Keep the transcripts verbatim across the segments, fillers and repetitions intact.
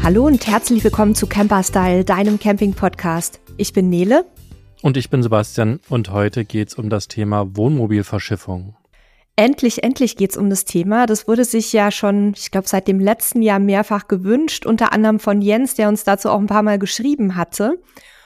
Hallo und herzlich willkommen zu Camperstyle, deinem Camping-Podcast. Ich bin Nele. Und ich bin Sebastian und heute geht's um das Thema Wohnmobilverschiffung. Endlich, endlich geht's um das Thema. Das wurde sich ja schon, ich glaube, seit dem letzten Jahr mehrfach gewünscht, unter anderem von Jens, der uns dazu auch ein paar Mal geschrieben hatte.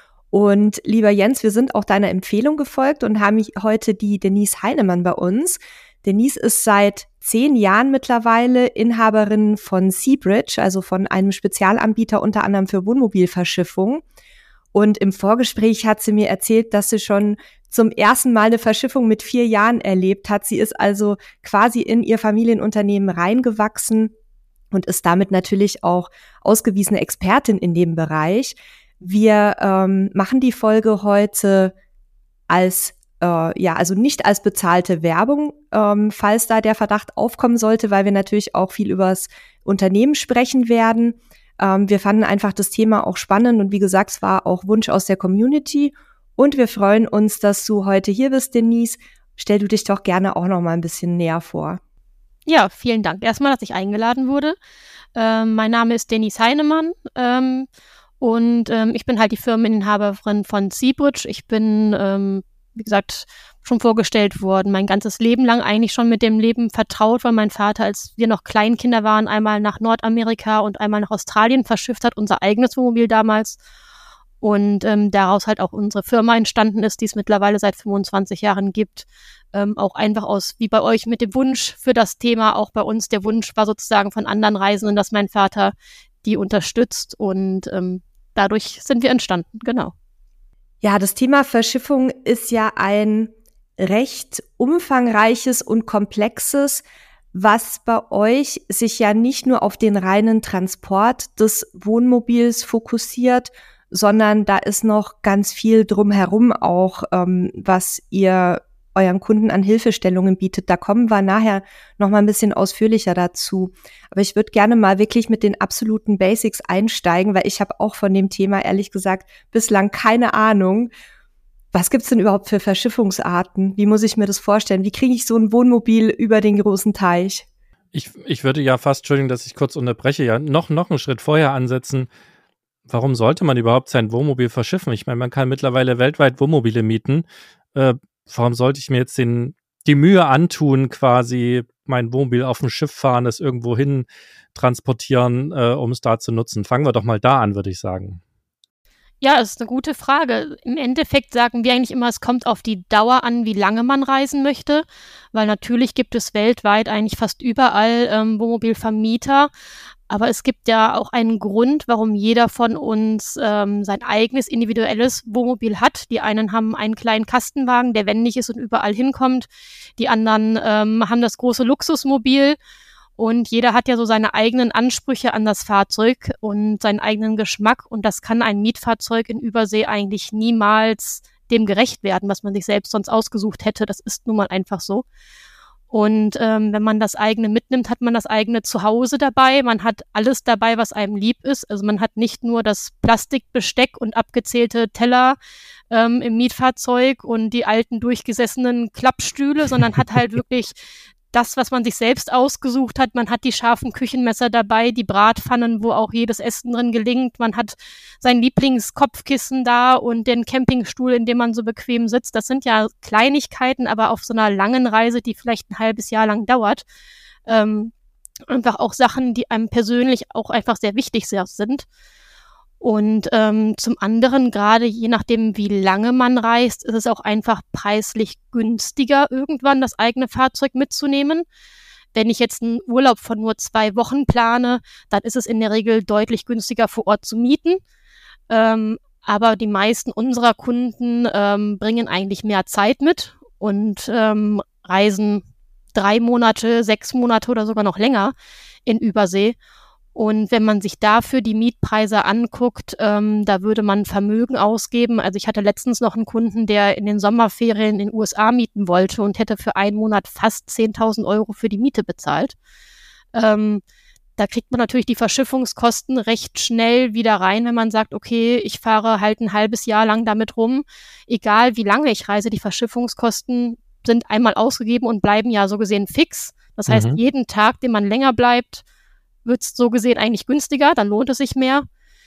Und lieber Jens, wir sind auch deiner Empfehlung gefolgt und haben heute die Denise Heinemann bei uns. Denise ist seit zehn Jahren mittlerweile Inhaberin von Seabridge, also von einem Spezialanbieter unter anderem für Wohnmobilverschiffung. Und im Vorgespräch hat sie mir erzählt, dass sie schon zum ersten Mal eine Verschiffung mit vier Jahren erlebt hat. Sie ist also quasi in ihr Familienunternehmen reingewachsen und ist damit natürlich auch ausgewiesene Expertin in dem Bereich. Wir ähm, machen die Folge heute als Äh, ja, also nicht als bezahlte Werbung, ähm, falls da der Verdacht aufkommen sollte, weil wir natürlich auch viel übers Unternehmen sprechen werden. Ähm, wir fanden einfach das Thema auch spannend und wie gesagt, es war auch Wunsch aus der Community und wir freuen uns, dass du heute hier bist, Denise. Stell du dich doch gerne auch noch mal ein bisschen näher vor. Ja, vielen Dank. Erstmal, dass ich eingeladen wurde. Ähm, mein Name ist Denise Heinemann ähm, und ähm, ich bin halt die Firmeninhaberin von Seabridge. Ich bin ähm, wie gesagt, schon vorgestellt worden. Mein ganzes Leben lang eigentlich schon mit dem Leben vertraut, weil mein Vater, als wir noch Kleinkinder waren, einmal nach Nordamerika und einmal nach Australien verschifft hat, unser eigenes Wohnmobil damals. Und ähm, daraus halt auch unsere Firma entstanden ist, die es mittlerweile seit fünfundzwanzig Jahren gibt. Ähm, auch einfach aus, wie bei euch, mit dem Wunsch für das Thema, auch bei uns. Der Wunsch war sozusagen von anderen Reisenden, dass mein Vater die unterstützt. Und ähm, dadurch sind wir entstanden, genau. Ja, das Thema Verschiffung ist ja ein recht umfangreiches und komplexes, was bei euch sich ja nicht nur auf den reinen Transport des Wohnmobils fokussiert, sondern da ist noch ganz viel drumherum auch, ähm, was ihr euren Kunden an Hilfestellungen bietet. Da kommen wir nachher noch mal ein bisschen ausführlicher dazu. Aber ich würde gerne mal wirklich mit den absoluten Basics einsteigen, weil ich habe auch von dem Thema, ehrlich gesagt, bislang keine Ahnung. Was gibt's denn überhaupt für Verschiffungsarten? Wie muss ich mir das vorstellen? Wie kriege ich so ein Wohnmobil über den großen Teich? Ich, ich würde ja fast, Entschuldigung, dass ich kurz unterbreche, ja noch, noch einen Schritt vorher ansetzen. Warum sollte man überhaupt sein Wohnmobil verschiffen? Ich meine, man kann mittlerweile weltweit Wohnmobile mieten. Äh, Warum sollte ich mir jetzt den, die Mühe antun, quasi mein Wohnmobil auf dem Schiff fahren, es irgendwo hin transportieren, äh, um es da zu nutzen? Fangen wir doch mal da an, würde ich sagen. Ja, das ist eine gute Frage. Im Endeffekt sagen wir eigentlich immer, es kommt auf die Dauer an, wie lange man reisen möchte, weil natürlich gibt es weltweit eigentlich fast überall ähm, Wohnmobilvermieter. Aber es gibt ja auch einen Grund, warum jeder von uns ähm, sein eigenes individuelles Wohnmobil hat. Die einen haben einen kleinen Kastenwagen, der wendig ist und überall hinkommt. Die anderen ähm, haben das große Luxusmobil. Und jeder hat ja so seine eigenen Ansprüche an das Fahrzeug und seinen eigenen Geschmack. Und das kann ein Mietfahrzeug in Übersee eigentlich niemals dem gerecht werden, was man sich selbst sonst ausgesucht hätte. Das ist nun mal einfach so. Und ähm, wenn man das eigene mitnimmt, hat man das eigene Zuhause dabei. Man hat alles dabei, was einem lieb ist. Also man hat nicht nur das Plastikbesteck und abgezählte Teller ähm, im Mietfahrzeug und die alten durchgesessenen Klappstühle, sondern hat halt wirklich das, was man sich selbst ausgesucht hat. Man hat die scharfen Küchenmesser dabei, die Bratpfannen, wo auch jedes Essen drin gelingt. Man hat sein Lieblingskopfkissen da und den Campingstuhl, in dem man so bequem sitzt. Das sind ja Kleinigkeiten, aber auf so einer langen Reise, die vielleicht ein halbes Jahr lang dauert, ähm, einfach auch Sachen, die einem persönlich auch einfach sehr wichtig sind. Und ähm, zum anderen, gerade je nachdem, wie lange man reist, ist es auch einfach preislich günstiger, irgendwann das eigene Fahrzeug mitzunehmen. Wenn ich jetzt einen Urlaub von nur zwei Wochen plane, dann ist es in der Regel deutlich günstiger vor Ort zu mieten. Ähm, aber die meisten unserer Kunden ähm, bringen eigentlich mehr Zeit mit und ähm, reisen drei Monate, sechs Monate oder sogar noch länger in Übersee. Und wenn man sich dafür die Mietpreise anguckt, ähm, da würde man Vermögen ausgeben. Also ich hatte letztens noch einen Kunden, der in den Sommerferien in den U S A mieten wollte und hätte für einen Monat fast zehntausend Euro für die Miete bezahlt. Ähm, da kriegt man natürlich die Verschiffungskosten recht schnell wieder rein, wenn man sagt, okay, ich fahre halt ein halbes Jahr lang damit rum. Egal wie lange ich reise, die Verschiffungskosten sind einmal ausgegeben und bleiben ja so gesehen fix. Das heißt, Mhm. jeden Tag, den man länger bleibt, wird es so gesehen eigentlich günstiger, dann lohnt es sich mehr.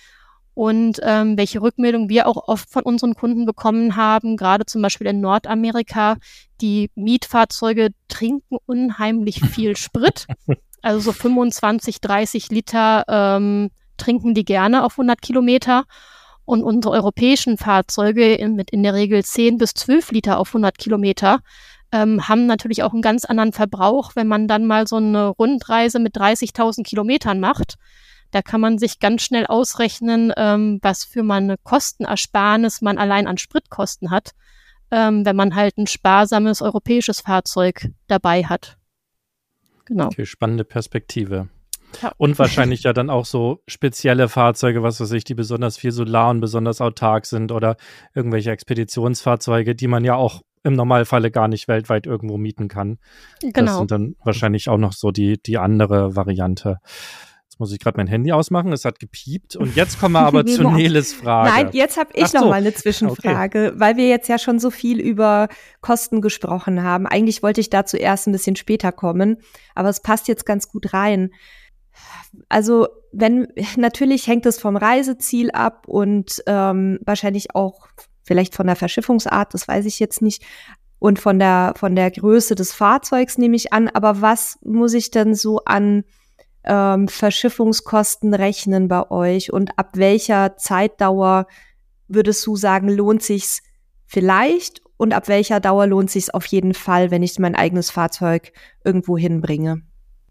Und ähm, welche Rückmeldung wir auch oft von unseren Kunden bekommen haben, gerade zum Beispiel in Nordamerika, die Mietfahrzeuge trinken unheimlich viel Sprit. Also so fünfundzwanzig, dreißig Liter ähm, trinken die gerne auf hundert Kilometer. Und unsere europäischen Fahrzeuge in, mit in der Regel zehn bis zwölf Liter auf hundert Kilometer ähm, haben natürlich auch einen ganz anderen Verbrauch, wenn man dann mal so eine Rundreise mit dreißigtausend Kilometern macht. Da kann man sich ganz schnell ausrechnen, ähm, was für eine Kostenersparnis man allein an Spritkosten hat, ähm, wenn man halt ein sparsames europäisches Fahrzeug dabei hat. Genau. Okay, spannende Perspektive. Ja. Und wahrscheinlich ja dann auch so spezielle Fahrzeuge, was weiß ich, die besonders viel Solar und besonders autark sind oder irgendwelche Expeditionsfahrzeuge, die man ja auch im Normalfalle gar nicht weltweit irgendwo mieten kann. Genau. Das sind dann wahrscheinlich auch noch so die, die andere Variante. Jetzt muss ich gerade mein Handy ausmachen, es hat gepiept. Und jetzt kommen wir aber zu Neles Frage. Nein, jetzt habe ich Ach so. noch mal eine Zwischenfrage, okay. Weil wir jetzt ja schon so viel über Kosten gesprochen haben. Eigentlich wollte ich dazu erst ein bisschen später kommen, aber es passt jetzt ganz gut rein. Also wenn, natürlich hängt es vom Reiseziel ab und ähm, wahrscheinlich auch vielleicht von der Verschiffungsart, das weiß ich jetzt nicht, und von der von der Größe des Fahrzeugs nehme ich an. Aber was muss ich denn so an ähm, Verschiffungskosten rechnen bei euch und ab welcher Zeitdauer würdest du sagen, lohnt sich's vielleicht und ab welcher Dauer lohnt sich's auf jeden Fall, wenn ich mein eigenes Fahrzeug irgendwo hinbringe?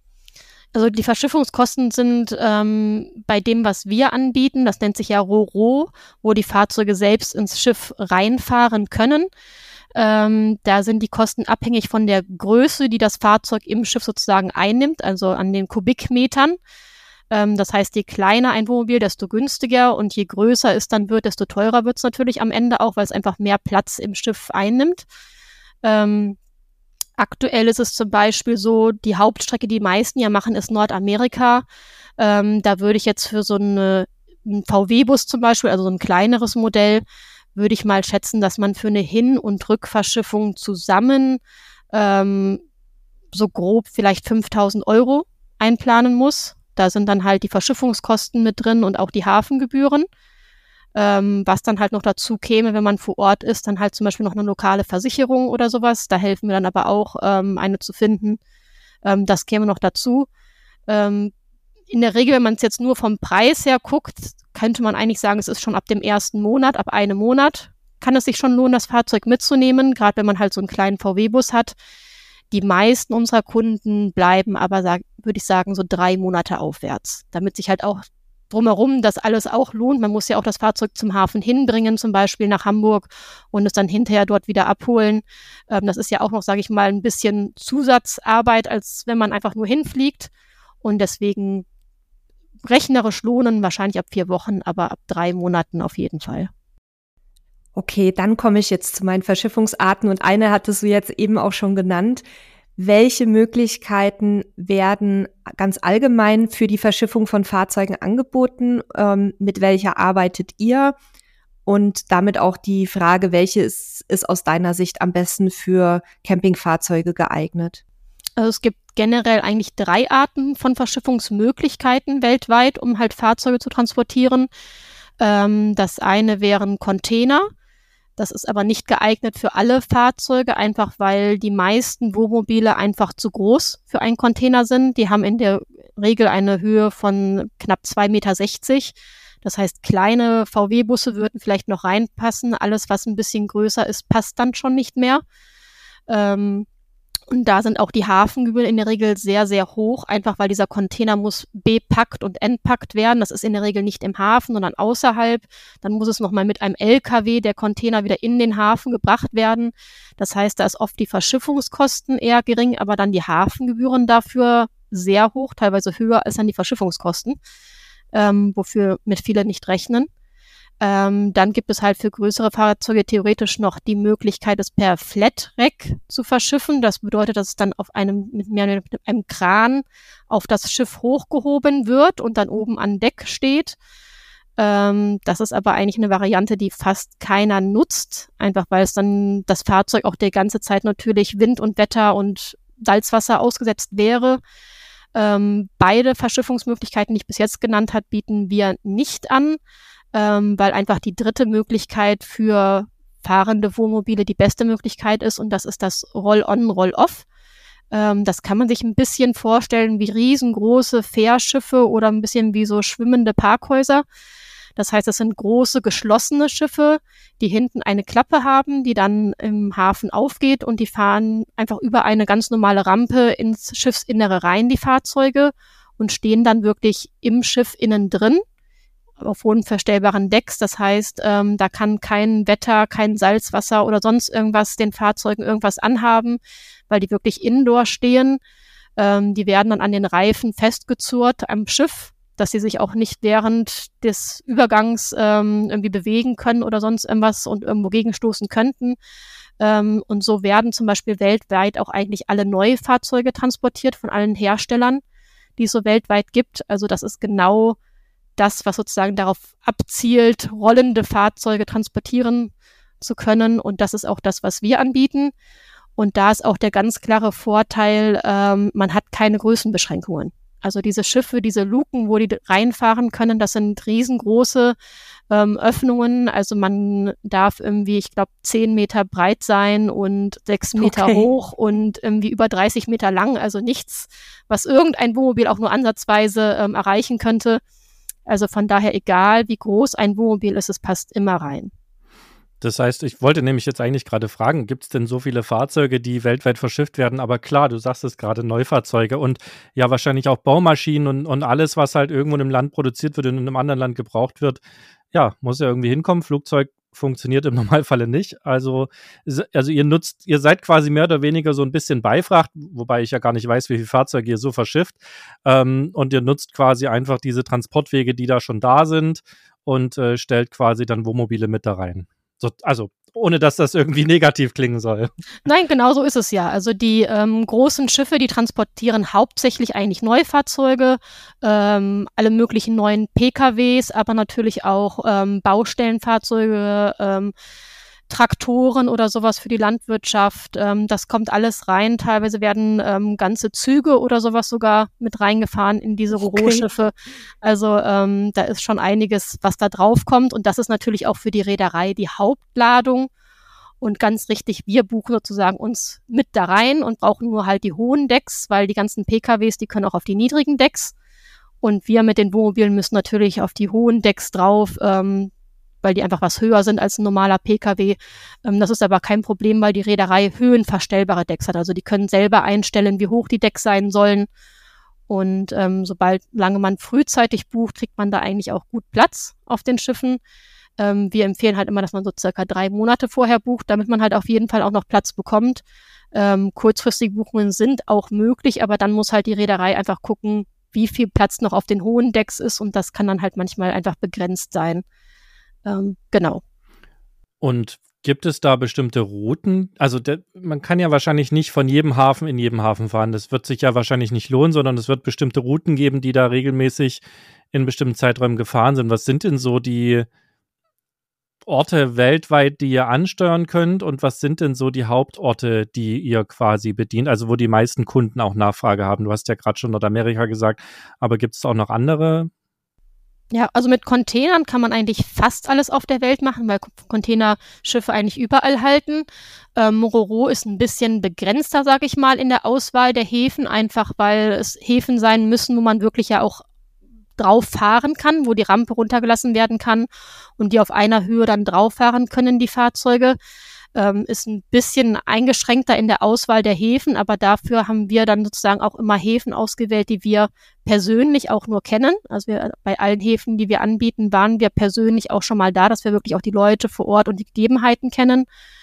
Also die Verschiffungskosten sind ähm, bei dem, was wir anbieten, das nennt sich ja Ro-Ro, wo die Fahrzeuge selbst ins Schiff reinfahren können. Ähm, da sind die Kosten abhängig von der Größe, die das Fahrzeug im Schiff sozusagen einnimmt, also an den Kubikmetern. Ähm, das heißt, je kleiner ein Wohnmobil, desto günstiger und je größer es dann wird, desto teurer wird es natürlich am Ende auch, weil es einfach mehr Platz im Schiff einnimmt. Ähm, Aktuell ist es zum Beispiel so, die Hauptstrecke, die meisten ja machen, ist Nordamerika. Ähm, da würde ich jetzt für so eine, einen V W-Bus zum Beispiel, also so ein kleineres Modell, würde ich mal schätzen, dass man für eine Hin- und Rückverschiffung zusammen ähm, so grob vielleicht fünftausend Euro einplanen muss. Da sind dann halt die Verschiffungskosten mit drin und auch die Hafengebühren. Ähm, was dann halt noch dazu käme, wenn man vor Ort ist, dann halt zum Beispiel noch eine lokale Versicherung oder sowas. Da helfen wir dann aber auch, ähm, eine zu finden. Ähm, das käme noch dazu. Ähm, in der Regel, wenn man es jetzt nur vom Preis her guckt, könnte man eigentlich sagen, es ist schon ab dem ersten Monat, ab einem Monat, kann es sich schon lohnen, das Fahrzeug mitzunehmen, gerade wenn man halt so einen kleinen V W-Bus hat. Die meisten unserer Kunden bleiben aber, sag, würde ich sagen, so drei Monate aufwärts, damit sich halt auch drumherum das alles auch lohnt. Man muss ja auch das Fahrzeug zum Hafen hinbringen, zum Beispiel nach Hamburg und es dann hinterher dort wieder abholen. Ähm, das ist ja auch noch, sage ich mal, ein bisschen Zusatzarbeit, als wenn man einfach nur hinfliegt. Und deswegen rechnerisch lohnen wahrscheinlich ab vier Wochen, aber ab drei Monaten auf jeden Fall. Okay, dann komme ich jetzt zu meinen Verschiffungsarten und eine hattest du jetzt eben auch schon genannt. Welche Möglichkeiten werden ganz allgemein für die Verschiffung von Fahrzeugen angeboten? Ähm, mit welcher arbeitet ihr? Und damit auch die Frage, welche ist, ist aus deiner Sicht am besten für Campingfahrzeuge geeignet? Also es gibt generell eigentlich drei Arten von Verschiffungsmöglichkeiten weltweit, um halt Fahrzeuge zu transportieren. Ähm, das eine wären Container. Das ist aber nicht geeignet für alle Fahrzeuge, einfach weil die meisten Wohnmobile einfach zu groß für einen Container sind. Die haben in der Regel eine Höhe von knapp zwei Meter sechzig. Das heißt, kleine V W-Busse würden vielleicht noch reinpassen. Alles, was ein bisschen größer ist, passt dann schon nicht mehr. Ähm, und da sind auch die Hafengebühren in der Regel sehr, sehr hoch, einfach weil dieser Container muss bepackt und entpackt werden. Das ist in der Regel nicht im Hafen, sondern außerhalb. Dann muss es nochmal mit einem L K W der Container wieder in den Hafen gebracht werden. Das heißt, da ist oft die Verschiffungskosten eher gering, aber dann die Hafengebühren dafür sehr hoch, teilweise höher als dann die Verschiffungskosten, ähm, wofür mit viele nicht rechnen. Ähm, dann gibt es halt für größere Fahrzeuge theoretisch noch die Möglichkeit, es per Flat-Rack zu verschiffen. Das bedeutet, dass es dann auf einem, mit, mehr, mit einem Kran auf das Schiff hochgehoben wird und dann oben an Deck steht. Ähm, das ist aber eigentlich eine Variante, die fast keiner nutzt, einfach weil es dann das Fahrzeug auch die ganze Zeit natürlich Wind und Wetter und Salzwasser ausgesetzt wäre. Ähm, beide Verschiffungsmöglichkeiten, die ich bis jetzt genannt habe, bieten wir nicht an, ähm, weil einfach die dritte Möglichkeit für fahrende Wohnmobile die beste Möglichkeit ist und das ist das Roll-on, Roll-off. Ähm, das kann man sich ein bisschen vorstellen wie riesengroße Fährschiffe oder ein bisschen wie so schwimmende Parkhäuser. Das heißt, es sind große geschlossene Schiffe, die hinten eine Klappe haben, die dann im Hafen aufgeht und die fahren einfach über eine ganz normale Rampe ins Schiffsinnere rein, die Fahrzeuge, und stehen dann wirklich im Schiff innen drin auf hohen verstellbaren Decks. Das heißt, ähm, da kann kein Wetter, kein Salzwasser oder sonst irgendwas den Fahrzeugen irgendwas anhaben, weil die wirklich indoor stehen. Ähm, die werden dann an den Reifen festgezurrt am Schiff, dass sie sich auch nicht während des Übergangs ähm, irgendwie bewegen können oder sonst irgendwas und irgendwo gegenstoßen könnten. Ähm, und so werden zum Beispiel weltweit auch eigentlich alle neue Fahrzeuge transportiert von allen Herstellern, die es so weltweit gibt. Also das ist genau das, was sozusagen darauf abzielt, rollende Fahrzeuge transportieren zu können. Und das ist auch das, was wir anbieten. Und da ist auch der ganz klare Vorteil, ähm, man hat keine Größenbeschränkungen. Also diese Schiffe, diese Luken, wo die reinfahren können, das sind riesengroße ähm, Öffnungen. Also man darf irgendwie, ich glaube, zehn Meter breit sein und sechs Meter Okay. hoch und irgendwie über dreißig Meter lang. Also nichts, was irgendein Wohnmobil auch nur ansatzweise ähm, erreichen könnte. Also von daher, egal wie groß ein Wohnmobil ist, es passt immer rein. Das heißt, ich wollte nämlich jetzt eigentlich gerade fragen, gibt es denn so viele Fahrzeuge, die weltweit verschifft werden? Aber klar, du sagst es gerade, Neufahrzeuge und ja wahrscheinlich auch Baumaschinen und, und alles, was halt irgendwo in einem Land produziert wird und in einem anderen Land gebraucht wird, ja, muss ja irgendwie hinkommen. Flugzeug funktioniert im Normalfalle nicht. Also, also ihr nutzt, ihr seid quasi mehr oder weniger so ein bisschen Beifracht, wobei ich ja gar nicht weiß, wie viele Fahrzeuge ihr so verschifft. Ähm, und ihr nutzt quasi einfach diese Transportwege, die da schon da sind und äh, stellt quasi dann Wohnmobile mit da rein. So, also, ohne dass das irgendwie negativ klingen soll. Nein, genau so ist es ja. Also die ähm, großen Schiffe, die transportieren hauptsächlich eigentlich Neufahrzeuge, ähm, alle möglichen neuen P K Ws, aber natürlich auch ähm, Baustellenfahrzeuge, ähm, Traktoren oder sowas für die Landwirtschaft. Ähm, das kommt alles rein. Teilweise werden ähm, ganze Züge oder sowas sogar mit reingefahren in diese Okay. Rohschiffe. Also ähm, da ist schon einiges, was da drauf kommt. Und das ist natürlich auch für die Reederei die Hauptladung. Und ganz richtig, wir buchen sozusagen uns mit da rein und brauchen nur halt die hohen Decks, weil die ganzen P K Ws, die können auch auf die niedrigen Decks. Und wir mit den Wohnmobilen müssen natürlich auf die hohen Decks drauf, ähm, weil die einfach was höher sind als ein normaler P K W. Ähm, das ist aber kein Problem, weil die Reederei höhenverstellbare Decks hat. Also die können selber einstellen, wie hoch die Decks sein sollen. Und ähm, sobald lange man frühzeitig bucht, kriegt man da eigentlich auch gut Platz auf den Schiffen. Ähm, wir empfehlen halt immer, dass man so circa drei Monate vorher bucht, damit man halt auf jeden Fall auch noch Platz bekommt. Ähm, kurzfristige Buchungen sind auch möglich, aber dann muss halt die Reederei einfach gucken, wie viel Platz noch auf den hohen Decks ist und das kann dann halt manchmal einfach begrenzt sein. Ähm, genau. Und gibt es da bestimmte Routen? Also der, man kann ja wahrscheinlich nicht von jedem Hafen in jedem Hafen fahren. Das wird sich ja wahrscheinlich nicht lohnen, sondern es wird bestimmte Routen geben, die da regelmäßig in bestimmten Zeiträumen gefahren sind. Was sind denn so die Orte weltweit, die ihr ansteuern könnt und was sind denn so die Hauptorte, die ihr quasi bedient, also wo die meisten Kunden auch Nachfrage haben? Du hast ja gerade schon Nordamerika gesagt, aber gibt es auch noch andere? Ja, also mit Containern kann man eigentlich fast alles auf der Welt machen, weil Containerschiffe eigentlich überall halten. Ähm, Mororo ist ein bisschen begrenzter, sage ich mal, in der Auswahl der Häfen, einfach weil es Häfen sein müssen, wo man wirklich ja auch drauf fahren kann, wo die Rampe runtergelassen werden kann und die auf einer Höhe dann drauf fahren können, die Fahrzeuge. Ähm, ist ein bisschen eingeschränkter in der Auswahl der Häfen, aber dafür haben wir dann sozusagen auch immer Häfen ausgewählt, die wir persönlich auch nur kennen. Also wir, bei allen Häfen, die wir anbieten, waren wir persönlich auch schon mal da, dass wir wirklich auch die Leute vor Ort und die Gegebenheiten kennen.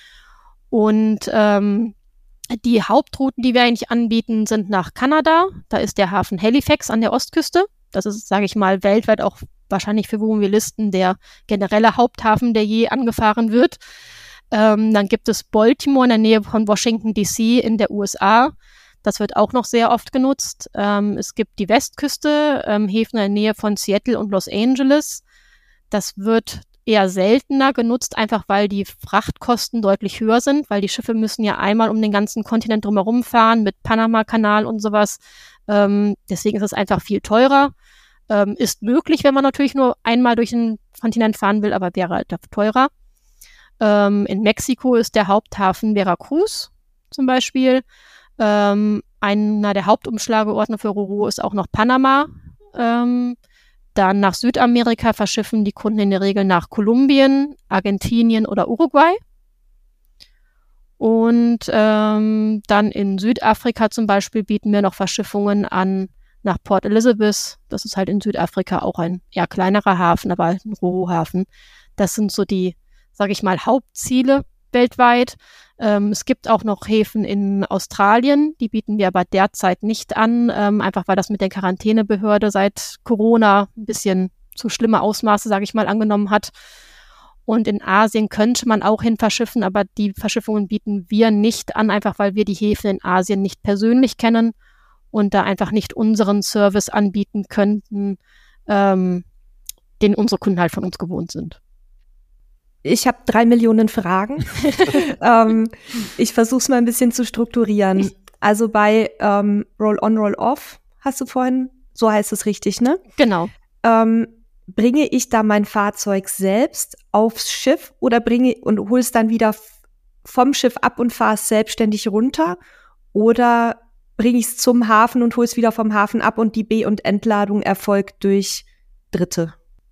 Und ähm, die Hauptrouten, die wir eigentlich anbieten, sind nach Kanada. Da ist der Hafen Halifax an der Ostküste. Das ist, sage ich mal, weltweit auch wahrscheinlich für Wohnmobilisten der generelle Haupthafen, der je angefahren wird. Ähm, dann gibt es Baltimore in der Nähe von Washington D C in der U S A. Das wird auch noch sehr oft genutzt. Ähm, es gibt die Westküste, ähm, Häfen in der Nähe von Seattle und Los Angeles. Das wird eher seltener genutzt, einfach weil die Frachtkosten deutlich höher sind, weil die Schiffe müssen ja einmal um den ganzen Kontinent drumherum fahren mit Panama-Kanal und sowas. Ähm, deswegen ist es einfach viel teurer. Ähm, ist möglich, wenn man natürlich nur einmal durch den Kontinent fahren will, aber wäre halt teurer. Ähm, in Mexiko ist der Haupthafen Veracruz zum Beispiel. Ähm, einer der Hauptumschlageorte für Ro-Ro ist auch noch Panama. Ähm, dann nach Südamerika verschiffen die Kunden in der Regel nach Kolumbien, Argentinien oder Uruguay. Und ähm, dann in Südafrika zum Beispiel bieten wir noch Verschiffungen an nach Port Elizabeth. Das ist halt in Südafrika auch ein eher kleinerer Hafen, aber halt ein Ro-Ro-Hafen. Das sind so die, sage ich mal, Hauptziele weltweit. Ähm, es gibt auch noch Häfen in Australien, die bieten wir aber derzeit nicht an, ähm, einfach weil das mit der Quarantänebehörde seit Corona ein bisschen zu schlimme Ausmaße, sage ich mal, angenommen hat. Und in Asien könnte man auch hin verschiffen, aber die Verschiffungen bieten wir nicht an, einfach weil wir die Häfen in Asien nicht persönlich kennen und da einfach nicht unseren Service anbieten könnten, ähm, den unsere Kunden halt von uns gewohnt sind. Ich habe drei Millionen Fragen. ähm, ich versuche es mal ein bisschen zu strukturieren. Also bei ähm, Roll-on, Roll-off hast du vorhin, so heißt es richtig, ne? Genau. Ähm, bringe ich da mein Fahrzeug selbst aufs Schiff oder bringe und hole es dann wieder f- vom Schiff ab und fahre es selbstständig runter? Oder bringe ich es zum Hafen und hole es wieder vom Hafen ab und die Be- und Entladung erfolgt durch Dritte?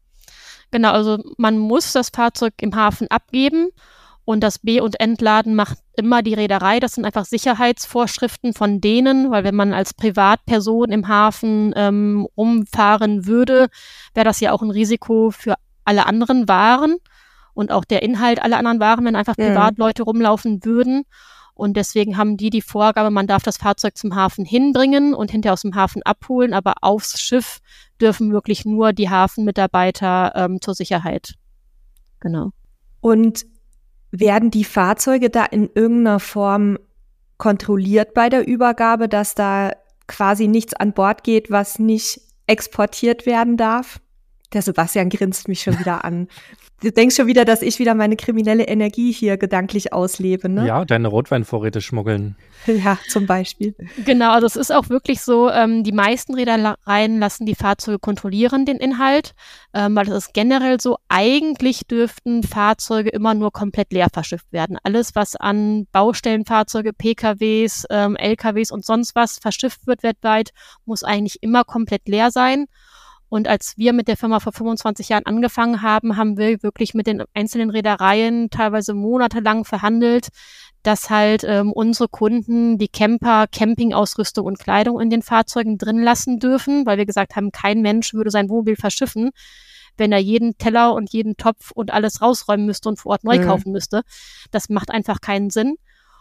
Genau, also man muss das Fahrzeug im Hafen abgeben und das Be- und Entladen macht immer die Reederei. Das sind einfach Sicherheitsvorschriften von denen, weil wenn man als Privatperson im Hafen ähm, rumfahren würde, wäre das ja auch ein Risiko für alle anderen Waren und auch der Inhalt aller anderen Waren, wenn einfach Mhm. Privatleute rumlaufen würden. Und deswegen haben die die Vorgabe, man darf das Fahrzeug zum Hafen hinbringen und hinterher aus dem Hafen abholen, aber aufs Schiff dürfen wirklich nur die Hafenmitarbeiter ähm, zur Sicherheit. Genau. Und werden die Fahrzeuge da in irgendeiner Form kontrolliert bei der Übergabe, dass da quasi nichts an Bord geht, was nicht exportiert werden darf? Der Sebastian grinst mich schon wieder an. Du denkst schon wieder, dass ich wieder meine kriminelle Energie hier gedanklich auslebe, ne? Ja, deine Rotweinvorräte schmuggeln. Ja, zum Beispiel. Genau, also es ist auch wirklich so, ähm, die meisten Reedereien lassen die Fahrzeuge kontrollieren, den Inhalt, ähm, weil es ist generell so, eigentlich dürften Fahrzeuge immer nur komplett leer verschifft werden. Alles, was an Baustellenfahrzeuge, P K Ws, ähm, L K Ws und sonst was verschifft wird weltweit, muss eigentlich immer komplett leer sein. Und als wir mit der Firma vor fünfundzwanzig Jahren angefangen haben, haben wir wirklich mit den einzelnen Reedereien teilweise monatelang verhandelt, dass halt ähm, unsere Kunden die Camper, Campingausrüstung und Kleidung in den Fahrzeugen drin lassen dürfen, weil wir gesagt haben, kein Mensch würde sein Wohnmobil verschiffen, wenn er jeden Teller und jeden Topf und alles rausräumen müsste und vor Ort neu Mhm. kaufen müsste. Das macht einfach keinen Sinn.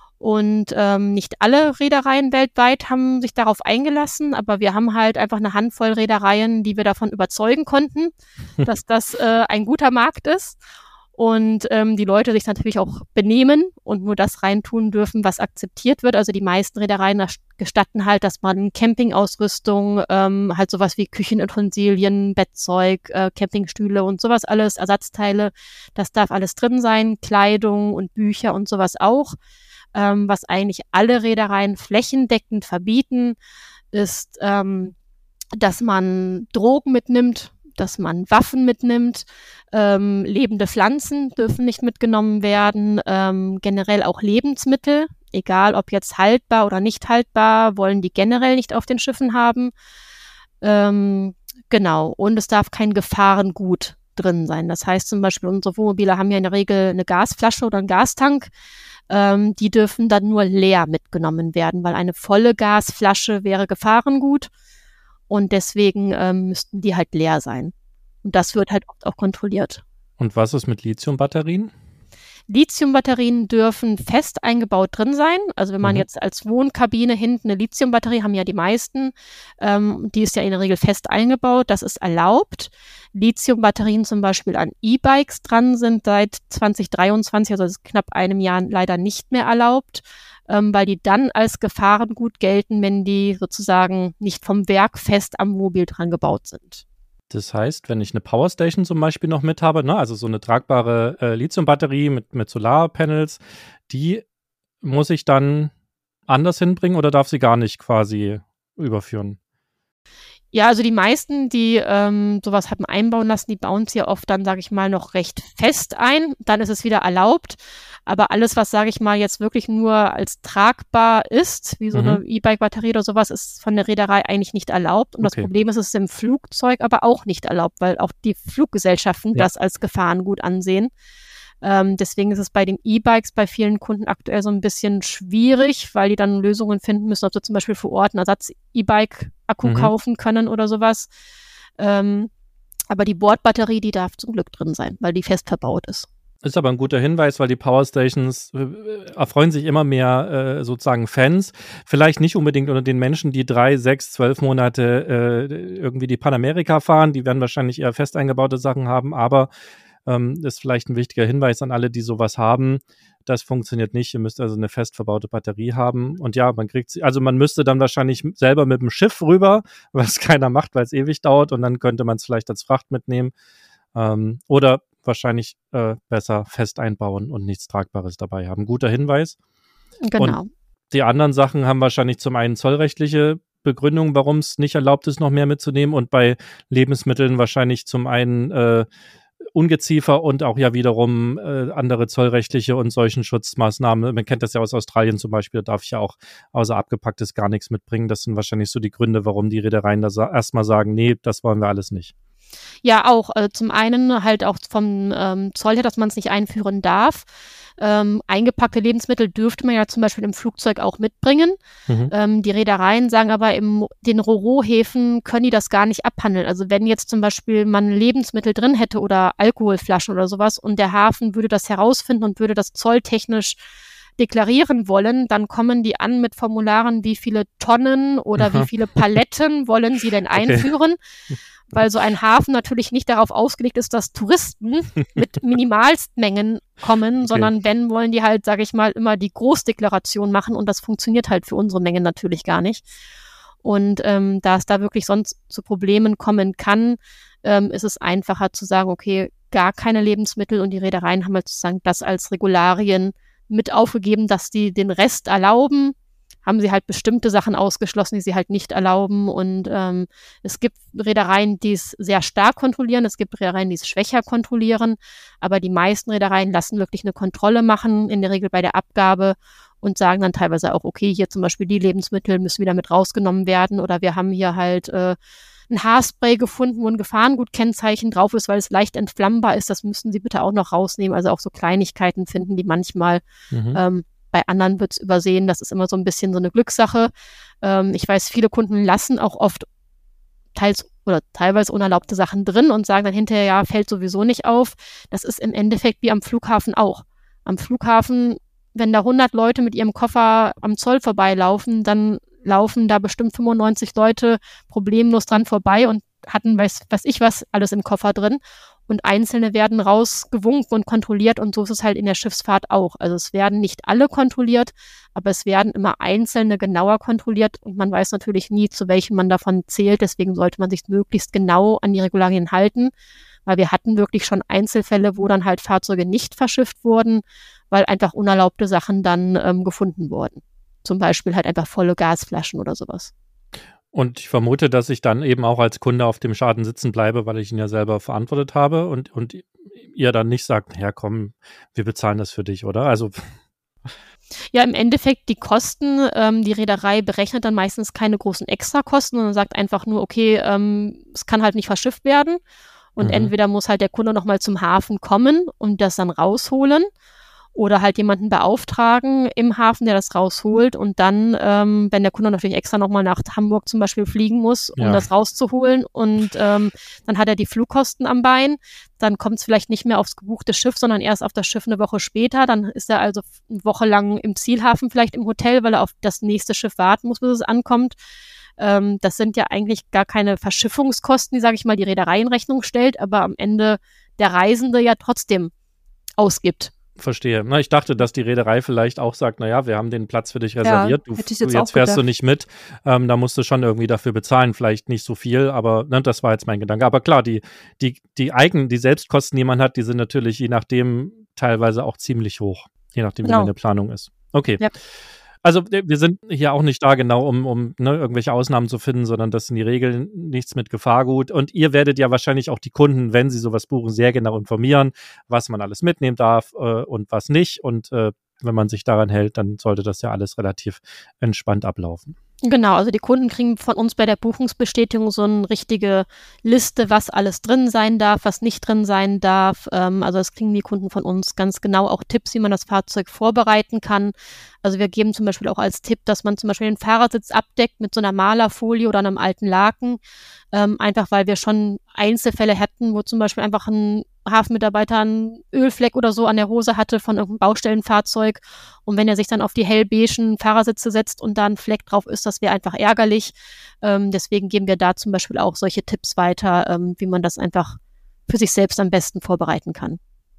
Und ähm, nicht alle Reedereien weltweit haben sich darauf eingelassen, aber wir haben halt einfach eine Handvoll Reedereien, die wir davon überzeugen konnten, dass das äh, ein guter Markt ist und ähm, die Leute sich natürlich auch benehmen und nur das reintun dürfen, was akzeptiert wird. Also die meisten Reedereien gestatten halt, dass man Campingausrüstung, ähm, halt sowas wie Küchenutensilien, Bettzeug, äh, Campingstühle und sowas alles, Ersatzteile, das darf alles drin sein, Kleidung und Bücher und sowas auch. Ähm, was eigentlich alle Reedereien flächendeckend verbieten, ist, ähm, dass man Drogen mitnimmt, dass man Waffen mitnimmt, ähm, lebende Pflanzen dürfen nicht mitgenommen werden, ähm, generell auch Lebensmittel, egal ob jetzt haltbar oder nicht haltbar, wollen die generell nicht auf den Schiffen haben. Ähm, genau, und es darf kein Gefahrengut drin sein. Das heißt zum Beispiel, unsere Wohnmobile haben ja in der Regel eine Gasflasche oder einen Gastank. Ähm, die dürfen dann nur leer mitgenommen werden, weil eine volle Gasflasche wäre Gefahrengut und deswegen ähm, müssten die halt leer sein. Und das wird halt oft auch kontrolliert. Und was ist mit Lithiumbatterien? Lithiumbatterien dürfen fest eingebaut drin sein. Also wenn man Mhm. jetzt als Wohnkabine hinten eine Lithiumbatterie, haben ja die meisten, ähm, die ist ja in der Regel fest eingebaut, das ist erlaubt. Lithiumbatterien zum Beispiel an E-Bikes dran sind seit zwanzig dreiundzwanzig, also knapp einem Jahr leider nicht mehr erlaubt, ähm, weil die dann als Gefahrengut gelten, wenn die sozusagen nicht vom Werk fest am Mobil dran gebaut sind. Das heißt, wenn ich eine Powerstation zum Beispiel noch mit habe, ne, also so eine tragbare äh, Lithiumbatterie mit, mit Solarpanels, die muss ich dann anders hinbringen oder darf sie gar nicht quasi überführen? Ja, also die meisten, die ähm, sowas haben einbauen lassen, die bauen es ja oft dann, sage ich mal, noch recht fest ein. Dann ist es wieder erlaubt. Aber alles, was, sage ich mal, jetzt wirklich nur als tragbar ist, wie so Mhm. eine E-Bike-Batterie oder sowas, ist von der Reederei eigentlich nicht erlaubt. Und Okay. das Problem ist, es ist im Flugzeug aber auch nicht erlaubt, weil auch die Fluggesellschaften Ja. das als Gefahrengut ansehen. Ähm, deswegen ist es bei den E-Bikes bei vielen Kunden aktuell so ein bisschen schwierig, weil die dann Lösungen finden müssen, ob sie zum Beispiel vor Ort einen Ersatz-E-Bike-Akku Mhm. kaufen können oder sowas. Ähm, aber die Bordbatterie, die darf zum Glück drin sein, weil die fest verbaut ist. Ist aber ein guter Hinweis, weil die Powerstations äh, erfreuen sich immer mehr äh, sozusagen Fans. Vielleicht nicht unbedingt unter den Menschen, die drei, sechs, zwölf Monate äh, irgendwie die Panamerika fahren. Die werden wahrscheinlich eher fest eingebaute Sachen haben, aber ähm, ist vielleicht ein wichtiger Hinweis an alle, die sowas haben. Das funktioniert nicht. Ihr müsst also eine fest verbaute Batterie haben. Und ja, man kriegt sie, also man müsste dann wahrscheinlich selber mit dem Schiff rüber, was keiner macht, weil es ewig dauert. Und dann könnte man es vielleicht als Fracht mitnehmen. Ähm, oder wahrscheinlich äh, besser fest einbauen und nichts Tragbares dabei haben. Guter Hinweis. Genau. Und die anderen Sachen haben wahrscheinlich zum einen zollrechtliche Begründung, warum es nicht erlaubt ist, noch mehr mitzunehmen. Und bei Lebensmitteln wahrscheinlich zum einen äh, Ungeziefer und auch ja wiederum äh, andere zollrechtliche und solchen Schutzmaßnahmen. Man kennt das ja aus Australien zum Beispiel, da darf ich ja auch außer Abgepacktes gar nichts mitbringen. Das sind wahrscheinlich so die Gründe, warum die Reedereien da sa- erstmal sagen, nee, das wollen wir alles nicht. Ja, auch äh, zum einen halt auch vom ähm, Zoll her, dass man es nicht einführen darf. Ähm, eingepackte Lebensmittel dürfte man ja zum Beispiel im Flugzeug auch mitbringen. Mhm. Ähm, die Reedereien sagen aber, in den Ro-Ro-Häfen können die das gar nicht abhandeln. Also wenn jetzt zum Beispiel man Lebensmittel drin hätte oder Alkoholflaschen oder sowas und der Hafen würde das herausfinden und würde das zolltechnisch deklarieren wollen, dann kommen die an mit Formularen, wie viele Tonnen oder Aha. wie viele Paletten wollen sie denn Okay. einführen. Weil so ein Hafen natürlich nicht darauf ausgelegt ist, dass Touristen mit Minimalstmengen kommen, Okay. sondern wenn, wollen die halt, sage ich mal, immer die Großdeklaration machen und das funktioniert halt für unsere Mengen natürlich gar nicht. Und ähm, da es da wirklich sonst zu Problemen kommen kann, ähm, ist es einfacher zu sagen, okay, gar keine Lebensmittel und die Reedereien haben halt sozusagen das als Regularien mit aufgegeben, dass die den Rest erlauben. Haben sie halt bestimmte Sachen ausgeschlossen, die sie halt nicht erlauben. Und ähm, es gibt Reedereien, die es sehr stark kontrollieren. Es gibt Reedereien, die es schwächer kontrollieren. Aber die meisten Reedereien lassen wirklich eine Kontrolle machen, in der Regel bei der Abgabe und sagen dann teilweise auch, okay, hier zum Beispiel die Lebensmittel müssen wieder mit rausgenommen werden. Oder wir haben hier halt äh, ein Haarspray gefunden, wo ein Gefahrengutkennzeichen drauf ist, weil es leicht entflammbar ist. Das müssen sie bitte auch noch rausnehmen. Also auch so Kleinigkeiten finden die manchmal Mhm. ähm, bei anderen wird es übersehen. Das ist immer so ein bisschen so eine Glückssache. Ähm, ich weiß, viele Kunden lassen auch oft teils oder teilweise unerlaubte Sachen drin und sagen dann hinterher, ja, fällt sowieso nicht auf. Das ist im Endeffekt wie am Flughafen auch. Am Flughafen, wenn da hundert Leute mit ihrem Koffer am Zoll vorbeilaufen, dann laufen da bestimmt fünfundneunzig Leute problemlos dran vorbei und hatten, weiß, weiß ich was, alles im Koffer drin. Und Einzelne werden rausgewunken und kontrolliert und so ist es halt in der Schiffsfahrt auch. Also es werden nicht alle kontrolliert, aber es werden immer Einzelne genauer kontrolliert und man weiß natürlich nie, zu welchem man davon zählt. Deswegen sollte man sich möglichst genau an die Regularien halten, weil wir hatten wirklich schon Einzelfälle, wo dann halt Fahrzeuge nicht verschifft wurden, weil einfach unerlaubte Sachen dann ähm, gefunden wurden. Zum Beispiel halt einfach volle Gasflaschen oder sowas. Und ich vermute, dass ich dann eben auch als Kunde auf dem Schaden sitzen bleibe, weil ich ihn ja selber verantwortet habe und, und ihr dann nicht sagt, ja komm, wir bezahlen das für dich, oder? Also Ja, im Endeffekt die Kosten, ähm, die Reederei berechnet dann meistens keine großen Extrakosten, sondern sagt einfach nur, okay, ähm, es kann halt nicht verschifft werden und Mhm. entweder muss halt der Kunde nochmal zum Hafen kommen und das dann rausholen oder halt jemanden beauftragen im Hafen, der das rausholt und dann, ähm, wenn der Kunde natürlich extra nochmal nach Hamburg zum Beispiel fliegen muss, um Ja. das rauszuholen und ähm, dann hat er die Flugkosten am Bein, dann kommt es vielleicht nicht mehr aufs gebuchte Schiff, sondern erst auf das Schiff eine Woche später, dann ist er also eine Woche lang im Zielhafen vielleicht im Hotel, weil er auf das nächste Schiff warten muss, bis es ankommt. Ähm, das sind ja eigentlich gar keine Verschiffungskosten, die, sage ich mal, die Reederei in Rechnung stellt, aber am Ende der Reisende ja trotzdem ausgibt. Verstehe. Na, ich dachte, dass die Reederei vielleicht auch sagt, naja, wir haben den Platz für dich reserviert, du, hätte ich du jetzt jetzt auch fährst du gedacht. nicht mit, ähm, da musst du schon irgendwie dafür bezahlen, vielleicht nicht so viel, aber ne, das war jetzt mein Gedanke. Aber klar, die, die, die Eigen, die Selbstkosten, die man hat, die sind natürlich je nachdem teilweise auch ziemlich hoch, je nachdem, Genau. wie meine Planung ist. Okay. Ja. Also wir sind hier auch nicht da genau, um, um ne, irgendwelche Ausnahmen zu finden, sondern das sind die Regeln, nichts mit Gefahrgut. Und ihr werdet ja wahrscheinlich auch die Kunden, wenn sie sowas buchen, sehr genau informieren, was man alles mitnehmen darf äh, und was nicht. Und äh, wenn man sich daran hält, dann sollte das ja alles relativ entspannt ablaufen. Genau, also die Kunden kriegen von uns bei der Buchungsbestätigung so eine richtige Liste, was alles drin sein darf, was nicht drin sein darf. Ähm, also das kriegen die Kunden von uns ganz genau, auch Tipps, wie man das Fahrzeug vorbereiten kann. Also wir geben zum Beispiel auch als Tipp, dass man zum Beispiel den Fahrersitz abdeckt mit so einer Malerfolie oder einem alten Laken, ähm, einfach weil wir schon Einzelfälle hätten, wo zum Beispiel einfach ein Hafenmitarbeiter einen Ölfleck oder so an der Hose hatte von irgendeinem Baustellenfahrzeug. Und wenn er sich dann auf die hellbeigen Fahrersitze setzt und da ein Fleck drauf ist, das wäre einfach ärgerlich. Ähm, deswegen geben wir da zum Beispiel auch solche Tipps weiter, ähm, wie man das einfach für sich selbst am besten vorbereiten kann.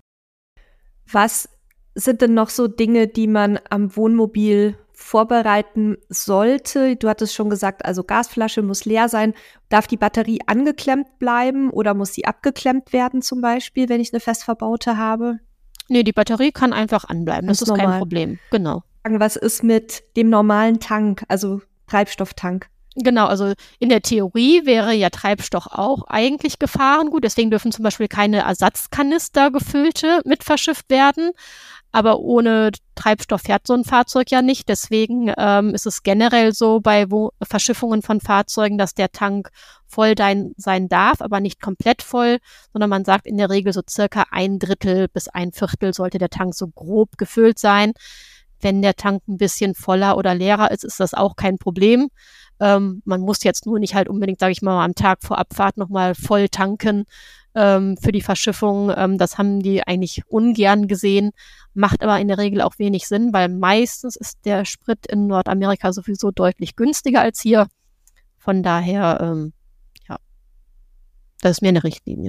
Was sind denn noch so Dinge, die man am Wohnmobil vorbereiten sollte? Du hattest schon gesagt, also Gasflasche muss leer sein. Darf die Batterie angeklemmt bleiben oder muss sie abgeklemmt werden zum Beispiel, wenn ich eine fest verbaute habe? Nee, die Batterie kann einfach anbleiben. Das, das ist normal. Kein Problem. Genau. Was ist mit dem normalen Tank, also Treibstofftank? Genau, also in der Theorie wäre ja Treibstoff auch eigentlich Gefahrengut. Deswegen dürfen zum Beispiel keine Ersatzkanister gefüllte mit verschifft werden. Aber ohne Treibstoff fährt so ein Fahrzeug ja nicht. Deswegen ähm, ist es generell so bei Wo- Verschiffungen von Fahrzeugen, dass der Tank voll dein, sein darf, aber nicht komplett voll, sondern man sagt in der Regel so circa ein Drittel bis ein Viertel sollte der Tank so grob gefüllt sein. Wenn der Tank ein bisschen voller oder leerer ist, ist das auch kein Problem. Ähm, man muss jetzt nur nicht halt unbedingt, sage ich mal, am Tag vor Abfahrt nochmal voll tanken ähm, für die Verschiffung. Ähm, das haben die eigentlich ungern gesehen, macht aber in der Regel auch wenig Sinn, weil meistens ist der Sprit in Nordamerika sowieso deutlich günstiger als hier. Von daher, ähm, ja, das ist mir eine Richtlinie.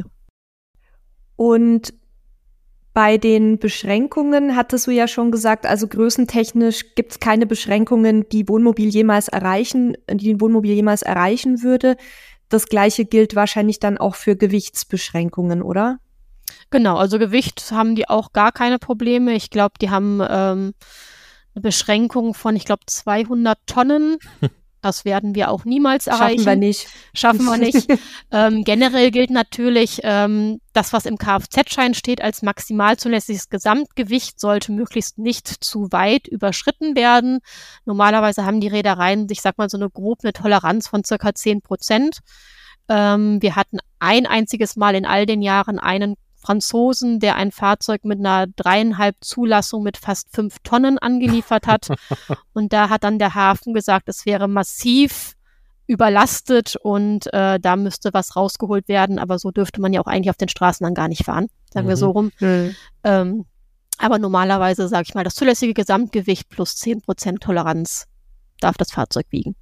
Und bei den Beschränkungen hattest du ja schon gesagt, also größentechnisch gibt es keine Beschränkungen, die Wohnmobil jemals erreichen, die ein Wohnmobil jemals erreichen würde. Das Gleiche gilt wahrscheinlich dann auch für Gewichtsbeschränkungen, oder? Genau, also Gewicht haben die auch gar keine Probleme. Ich glaube, die haben ähm, eine Beschränkung von, ich glaube, zweihundert Tonnen. Das werden wir auch niemals erreichen. Schaffen wir nicht. Schaffen wir nicht. ähm, generell gilt natürlich, ähm, das, was im Kfz-Schein steht, als maximal zulässiges Gesamtgewicht, sollte möglichst nicht zu weit überschritten werden. Normalerweise haben die Reedereien, ich sag mal, so eine grob eine Toleranz von circa zehn Prozent. Ähm, wir hatten ein einziges Mal in all den Jahren einen Franzosen, der ein Fahrzeug mit einer dreieinhalb Zulassung mit fast fünf Tonnen angeliefert hat. Und da hat dann der Hafen gesagt, es wäre massiv überlastet und äh, da müsste was rausgeholt werden. Aber so dürfte man ja auch eigentlich auf den Straßen dann gar nicht fahren, sagen mhm. wir so rum. Mhm. Ähm, aber normalerweise, sage ich mal, das zulässige Gesamtgewicht plus zehn Prozent Toleranz darf das Fahrzeug wiegen.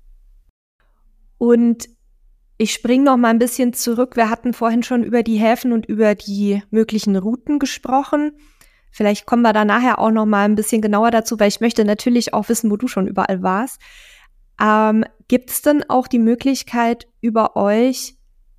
Und ich springe noch mal ein bisschen zurück. Wir hatten vorhin schon über die Häfen und über die möglichen Routen gesprochen. Vielleicht kommen wir da nachher auch noch mal ein bisschen genauer dazu, weil ich möchte natürlich auch wissen, wo du schon überall warst. Ähm, gibt es denn auch die Möglichkeit, über euch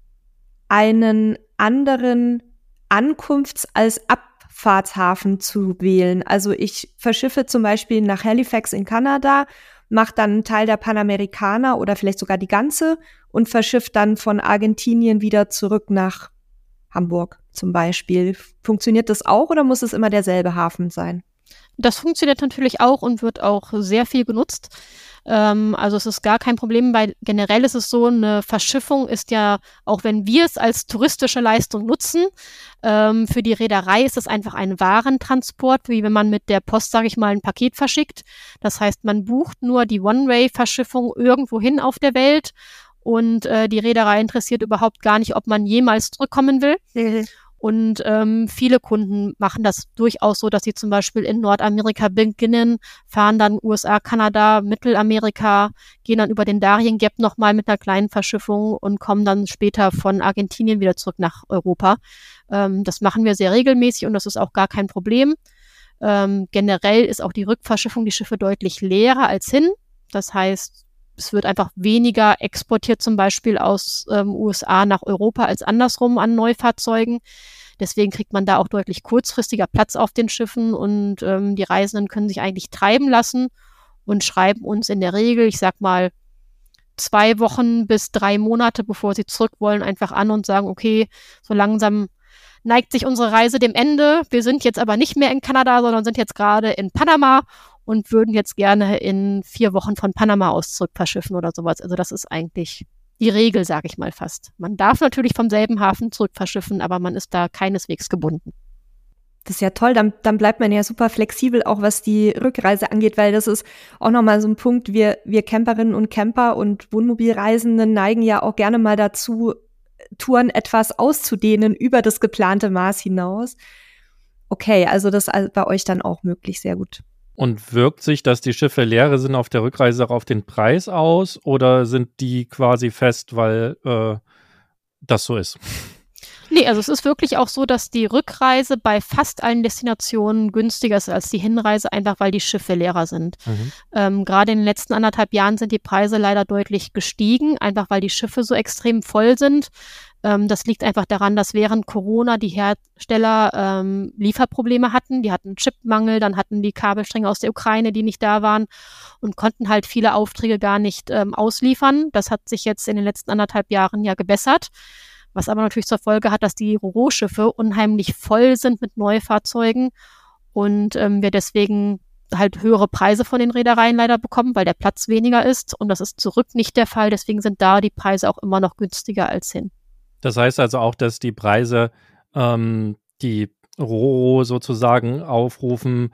einen anderen Ankunfts- als Abfahrtshafen zu wählen? Also ich verschiffe zum Beispiel nach Halifax in Kanada, mache dann einen Teil der Panamericana oder vielleicht sogar die ganze und verschifft dann von Argentinien wieder zurück nach Hamburg zum Beispiel. Funktioniert das auch oder muss es immer derselbe Hafen sein? Das funktioniert natürlich auch und wird auch sehr viel genutzt. Ähm, also es ist gar kein Problem, weil generell ist es so, eine Verschiffung ist ja, auch wenn wir es als touristische Leistung nutzen, ähm, für die Reederei ist es einfach ein Warentransport, wie wenn man mit der Post, sage ich mal, ein Paket verschickt. Das heißt, man bucht nur die One-Way-Verschiffung irgendwo hin auf der Welt und äh, die Reederei interessiert überhaupt gar nicht, ob man jemals zurückkommen will. Mhm. Und ähm, viele Kunden machen das durchaus so, dass sie zum Beispiel in Nordamerika beginnen, fahren dann U S A, Kanada, Mittelamerika, gehen dann über den Darien Gap nochmal mit einer kleinen Verschiffung und kommen dann später von Argentinien wieder zurück nach Europa. Ähm, das machen wir sehr regelmäßig und das ist auch gar kein Problem. Ähm, generell ist auch die Rückverschiffung die Schiffe deutlich leerer als hin. Das heißt, es wird einfach weniger exportiert, zum Beispiel aus ähm, U S A nach Europa als andersrum an Neufahrzeugen. Deswegen kriegt man da auch deutlich kurzfristiger Platz auf den Schiffen und ähm, die Reisenden können sich eigentlich treiben lassen. und schreiben uns in der Regel, ich sag mal, zwei Wochen bis drei Monate, bevor sie zurück wollen, einfach an und sagen, okay, so langsam neigt sich unsere Reise dem Ende. Wir sind jetzt aber nicht mehr in Kanada, sondern sind jetzt gerade in Panama und würden jetzt gerne in vier Wochen von Panama aus zurück verschiffen oder sowas. Also das ist eigentlich die Regel, sage ich mal fast. Man darf natürlich vom selben Hafen zurück verschiffen, aber man ist da keineswegs gebunden. Das ist ja toll, dann, dann bleibt man ja super flexibel, auch was die Rückreise angeht, weil das ist auch nochmal so ein Punkt, wir, wir Camperinnen und Camper und Wohnmobilreisenden neigen ja auch gerne mal dazu, Touren etwas auszudehnen über das geplante Maß hinaus. Okay, also das ist bei euch dann auch möglich, sehr gut. Und wirkt sich, dass die Schiffe leere sind auf der Rückreise auch auf den Preis aus oder sind die quasi fest, weil äh, das so ist? Nee, also es ist wirklich auch so, dass die Rückreise bei fast allen Destinationen günstiger ist als die Hinreise, einfach weil die Schiffe leerer sind. Mhm. Ähm, gerade in den letzten anderthalb Jahren sind die Preise leider deutlich gestiegen, einfach weil die Schiffe so extrem voll sind. Ähm, das liegt einfach daran, dass während Corona die Hersteller ähm, Lieferprobleme hatten. Die hatten Chipmangel, dann hatten die Kabelstränge aus der Ukraine, die nicht da waren und konnten halt viele Aufträge gar nicht ähm, ausliefern. Das hat sich jetzt in den letzten anderthalb Jahren ja gebessert. Was aber natürlich zur Folge hat, dass die Ro-Ro-Schiffe unheimlich voll sind mit Neufahrzeugen und ähm, wir deswegen halt höhere Preise von den Reedereien leider bekommen, weil der Platz weniger ist und das ist zurück nicht der Fall. Deswegen sind da die Preise auch immer noch günstiger als hin. Das heißt also auch, dass die Preise, ähm, die Ro-Ro sozusagen aufrufen,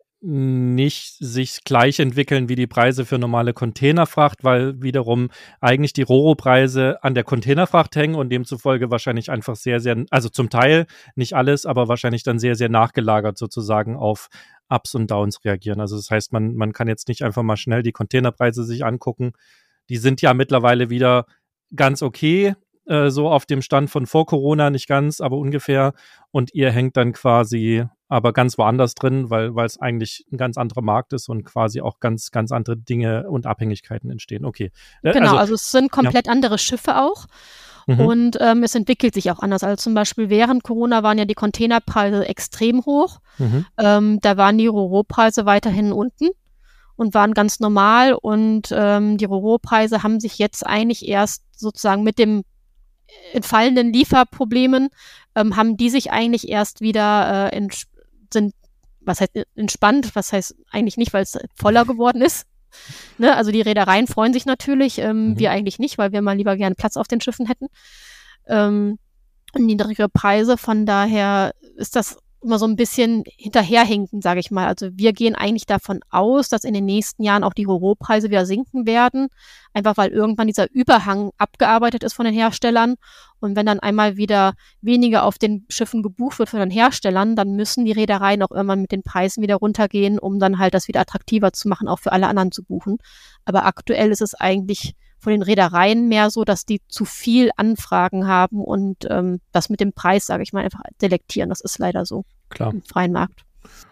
nicht sich gleich entwickeln wie die Preise für normale Containerfracht, weil wiederum eigentlich die Ro-Ro-Preise an der Containerfracht hängen und demzufolge wahrscheinlich einfach sehr, sehr, also zum Teil, nicht alles, aber wahrscheinlich dann sehr, sehr nachgelagert sozusagen auf Ups und Downs reagieren. Also das heißt, man, man kann jetzt nicht einfach mal schnell die Containerpreise sich angucken. Die sind ja mittlerweile wieder ganz okay, äh, so auf dem Stand von vor Corona, nicht ganz, aber ungefähr. Und ihr hängt dann quasi aber ganz woanders drin, weil weil es eigentlich ein ganz anderer Markt ist und quasi auch ganz, ganz andere Dinge und Abhängigkeiten entstehen. Okay. Genau, also, also es sind komplett ja. andere Schiffe auch. Mhm. Und ähm, es entwickelt sich auch anders. Also zum Beispiel während Corona waren ja die Containerpreise extrem hoch. Mhm. Ähm, da waren die Ro-Ro-Preise weiterhin unten und waren ganz normal. Und ähm, die Ro-Ro-Preise haben sich jetzt eigentlich erst sozusagen mit dem entfallenden Lieferproblemen, ähm, haben die sich eigentlich erst wieder äh, ents- sind, was heißt entspannt, was heißt eigentlich nicht, weil es voller geworden ist. Ne? Also die Reedereien freuen sich natürlich, ähm, mhm. wir eigentlich nicht, weil wir mal lieber gerne Platz auf den Schiffen hätten. Ähm, und niedrigere Preise, von daher ist das immer so ein bisschen hinterherhinken, sage ich mal. Also wir gehen eigentlich davon aus, dass in den nächsten Jahren auch die Ro-Ro-Preise wieder sinken werden, einfach weil irgendwann dieser Überhang abgearbeitet ist von den Herstellern. Und wenn dann einmal wieder weniger auf den Schiffen gebucht wird von den Herstellern, dann müssen die Reedereien auch irgendwann mit den Preisen wieder runtergehen, um dann halt das wieder attraktiver zu machen, auch für alle anderen zu buchen. Aber aktuell ist es eigentlich von den Reedereien mehr so, dass die zu viel Anfragen haben und ähm, das mit dem Preis, sage ich mal, einfach selektieren. Das ist leider so. Klar. Im freien Markt.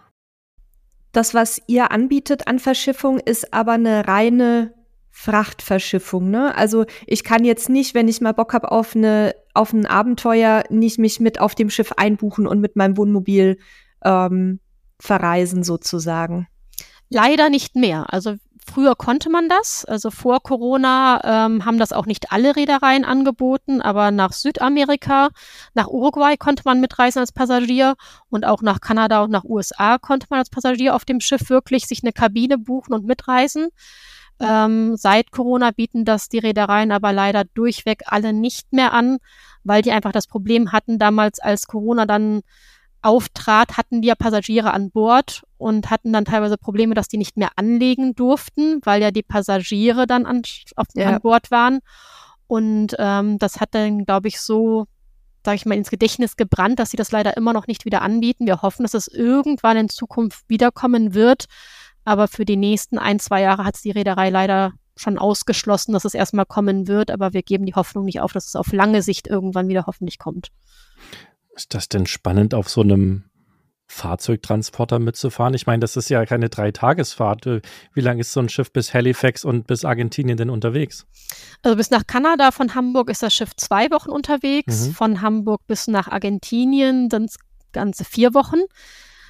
Das, was ihr anbietet an Verschiffung, ist aber eine reine Frachtverschiffung, ne? Also ich kann jetzt nicht, wenn ich mal Bock habe auf eine auf ein Abenteuer, nicht mich mit auf dem Schiff einbuchen und mit meinem Wohnmobil ähm, verreisen sozusagen. Leider nicht mehr. Also früher konnte man das. Also vor Corona ähm, haben das auch nicht alle Reedereien angeboten, aber nach Südamerika, nach Uruguay konnte man mitreisen als Passagier und auch nach Kanada und nach U S A konnte man als Passagier auf dem Schiff wirklich sich eine Kabine buchen und mitreisen. Ähm, seit Corona bieten das die Reedereien aber leider durchweg alle nicht mehr an, weil die einfach das Problem hatten, damals als Corona dann auftrat, hatten die ja Passagiere an Bord und hatten dann teilweise Probleme, dass die nicht mehr anlegen durften, weil ja die Passagiere dann an, auf, ja. an Bord waren. Und ähm, das hat dann, glaube ich, so, sage ich mal, ins Gedächtnis gebrannt, dass sie das leider immer noch nicht wieder anbieten. Wir hoffen, dass es irgendwann in Zukunft wiederkommen wird. Aber für die nächsten ein, zwei Jahre hat es die Reederei leider schon ausgeschlossen, dass es erstmal kommen wird. Aber wir geben die Hoffnung nicht auf, dass es auf lange Sicht irgendwann wieder hoffentlich kommt. Ist das denn spannend, auf so einem Fahrzeugtransporter mitzufahren? Ich meine, das ist ja keine Dreitagesfahrt. Wie lange ist so ein Schiff bis Halifax und bis Argentinien denn unterwegs? Also bis nach Kanada von Hamburg ist das Schiff zwei Wochen unterwegs. Mhm. Von Hamburg bis nach Argentinien sind es ganze vier Wochen.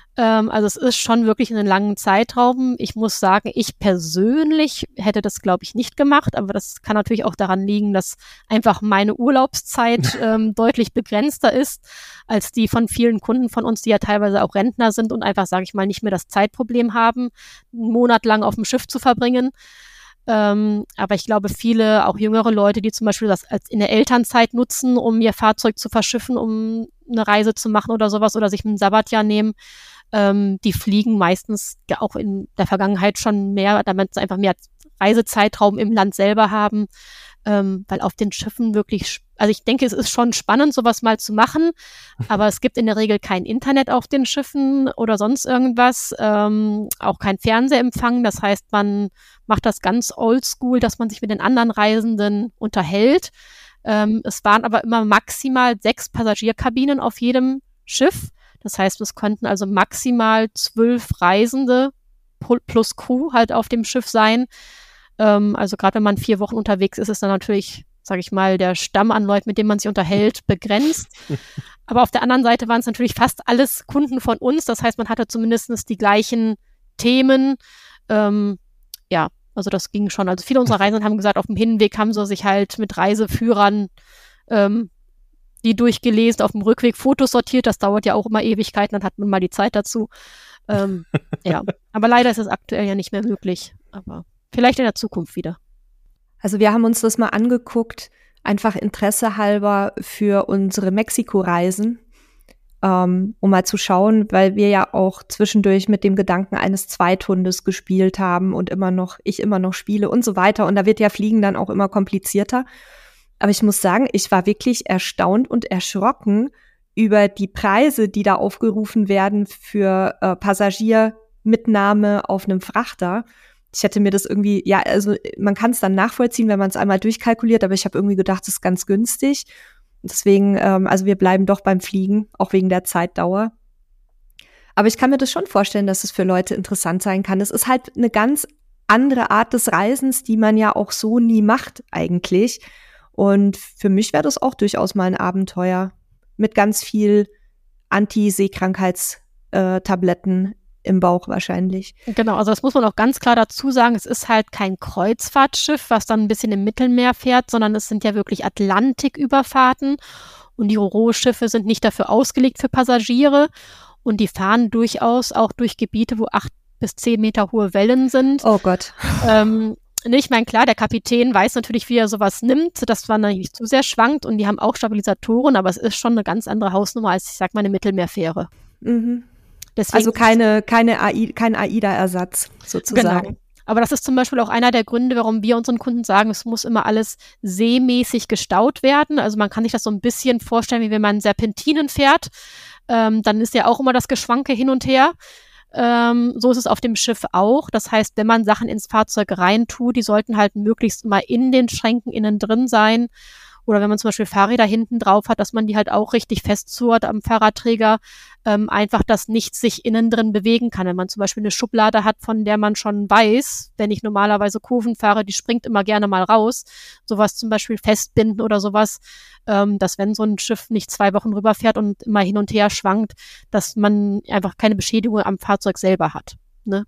Ähm, also es ist schon wirklich einen langen Zeitraum. Ich muss sagen, ich persönlich hätte das, glaube ich, nicht gemacht, aber das kann natürlich auch daran liegen, dass einfach meine Urlaubszeit ähm, deutlich begrenzter ist als die von vielen Kunden von uns, die ja teilweise auch Rentner sind und einfach, sage ich mal, nicht mehr das Zeitproblem haben, einen Monat lang auf dem Schiff zu verbringen. Ähm, aber ich glaube, viele, auch jüngere Leute, die zum Beispiel das als in der Elternzeit nutzen, um ihr Fahrzeug zu verschiffen, um eine Reise zu machen oder sowas oder sich ein Sabbatjahr nehmen, ähm, die fliegen meistens ja auch in der Vergangenheit schon mehr, damit sie einfach mehr Reisezeitraum im Land selber haben, ähm, weil auf den Schiffen wirklich, also ich denke, es ist schon spannend, sowas mal zu machen, aber es gibt in der Regel kein Internet auf den Schiffen oder sonst irgendwas, ähm, auch kein Fernsehempfang, das heißt, man macht das ganz oldschool, dass man sich mit den anderen Reisenden unterhält. Ähm, es waren aber immer maximal sechs Passagierkabinen auf jedem Schiff. Das heißt, es konnten also maximal zwölf Reisende plus Crew halt auf dem Schiff sein. Ähm, also gerade wenn man vier Wochen unterwegs ist, ist dann natürlich, sage ich mal, der Stamm an Leuten, mit dem man sich unterhält, begrenzt. Aber auf der anderen Seite waren es natürlich fast alles Kunden von uns. Das heißt, man hatte zumindest die gleichen Themen. Ähm, ja, also das ging schon. Also viele unserer Reisenden haben gesagt, auf dem Hinweg haben sie sich halt mit Reiseführern ähm, die durchgelesen, auf dem Rückweg Fotos sortiert. Das dauert ja auch immer Ewigkeiten, dann hat man mal die Zeit dazu. Ähm, ja, aber leider ist es aktuell ja nicht mehr möglich. Aber vielleicht in der Zukunft wieder. Also wir haben uns das mal angeguckt, einfach Interesse halber für unsere Mexiko-Reisen, ähm, um mal zu schauen, weil wir ja auch zwischendurch mit dem Gedanken eines Zweithundes gespielt haben und immer noch, ich immer noch spiele und so weiter. Und da wird ja Fliegen dann auch immer komplizierter. Aber ich muss sagen, ich war wirklich erstaunt und erschrocken über die Preise, die da aufgerufen werden für äh, Passagiermitnahme auf einem Frachter. Ich hätte mir das irgendwie, ja, also man kann es dann nachvollziehen, wenn man es einmal durchkalkuliert, aber ich habe irgendwie gedacht, das ist ganz günstig. Deswegen, ähm, also wir bleiben doch beim Fliegen, auch wegen der Zeitdauer. Aber ich kann mir das schon vorstellen, dass es für Leute interessant sein kann. Es ist halt eine ganz andere Art des Reisens, die man ja auch so nie macht eigentlich. Und für mich wäre das auch durchaus mal ein Abenteuer mit ganz viel Anti-Seekrankheitstabletten im Bauch wahrscheinlich. Genau, also das muss man auch ganz klar dazu sagen. Es ist halt kein Kreuzfahrtschiff, was dann ein bisschen im Mittelmeer fährt, sondern es sind ja wirklich Atlantiküberfahrten. Und die Ro-Ro-Schiffe sind nicht dafür ausgelegt für Passagiere. Und die fahren durchaus auch durch Gebiete, wo acht bis zehn Meter hohe Wellen sind. Oh Gott. Ähm, Ich meine, klar, der Kapitän weiß natürlich, wie er sowas nimmt, dass man nicht zu sehr schwankt und die haben auch Stabilisatoren, aber es ist schon eine ganz andere Hausnummer als, ich sag mal, eine Mittelmeerfähre. Mhm. Deswegen also keine, keine A I, kein AIDA-Ersatz sozusagen. Genau. Aber das ist zum Beispiel auch einer der Gründe, warum wir unseren Kunden sagen, es muss immer alles seemäßig gestaut werden. Also man kann sich das so ein bisschen vorstellen, wie wenn man Serpentinen fährt. Ähm, dann ist ja auch immer das Geschwanke hin und her. Ähm, so ist es auf dem Schiff auch. Das heißt, wenn man Sachen ins Fahrzeug reintut, die sollten halt möglichst mal in den Schränken innen drin sein. Oder wenn man zum Beispiel Fahrräder hinten drauf hat, dass man die halt auch richtig festzurrt am Fahrradträger, ähm, einfach, dass nichts sich innen drin bewegen kann. Wenn man zum Beispiel eine Schublade hat, von der man schon weiß, wenn ich normalerweise Kurven fahre, die springt immer gerne mal raus, sowas zum Beispiel festbinden oder sowas, ähm, dass wenn so ein Schiff nicht zwei Wochen rüberfährt und immer hin und her schwankt, dass man einfach keine Beschädigung am Fahrzeug selber hat, ne?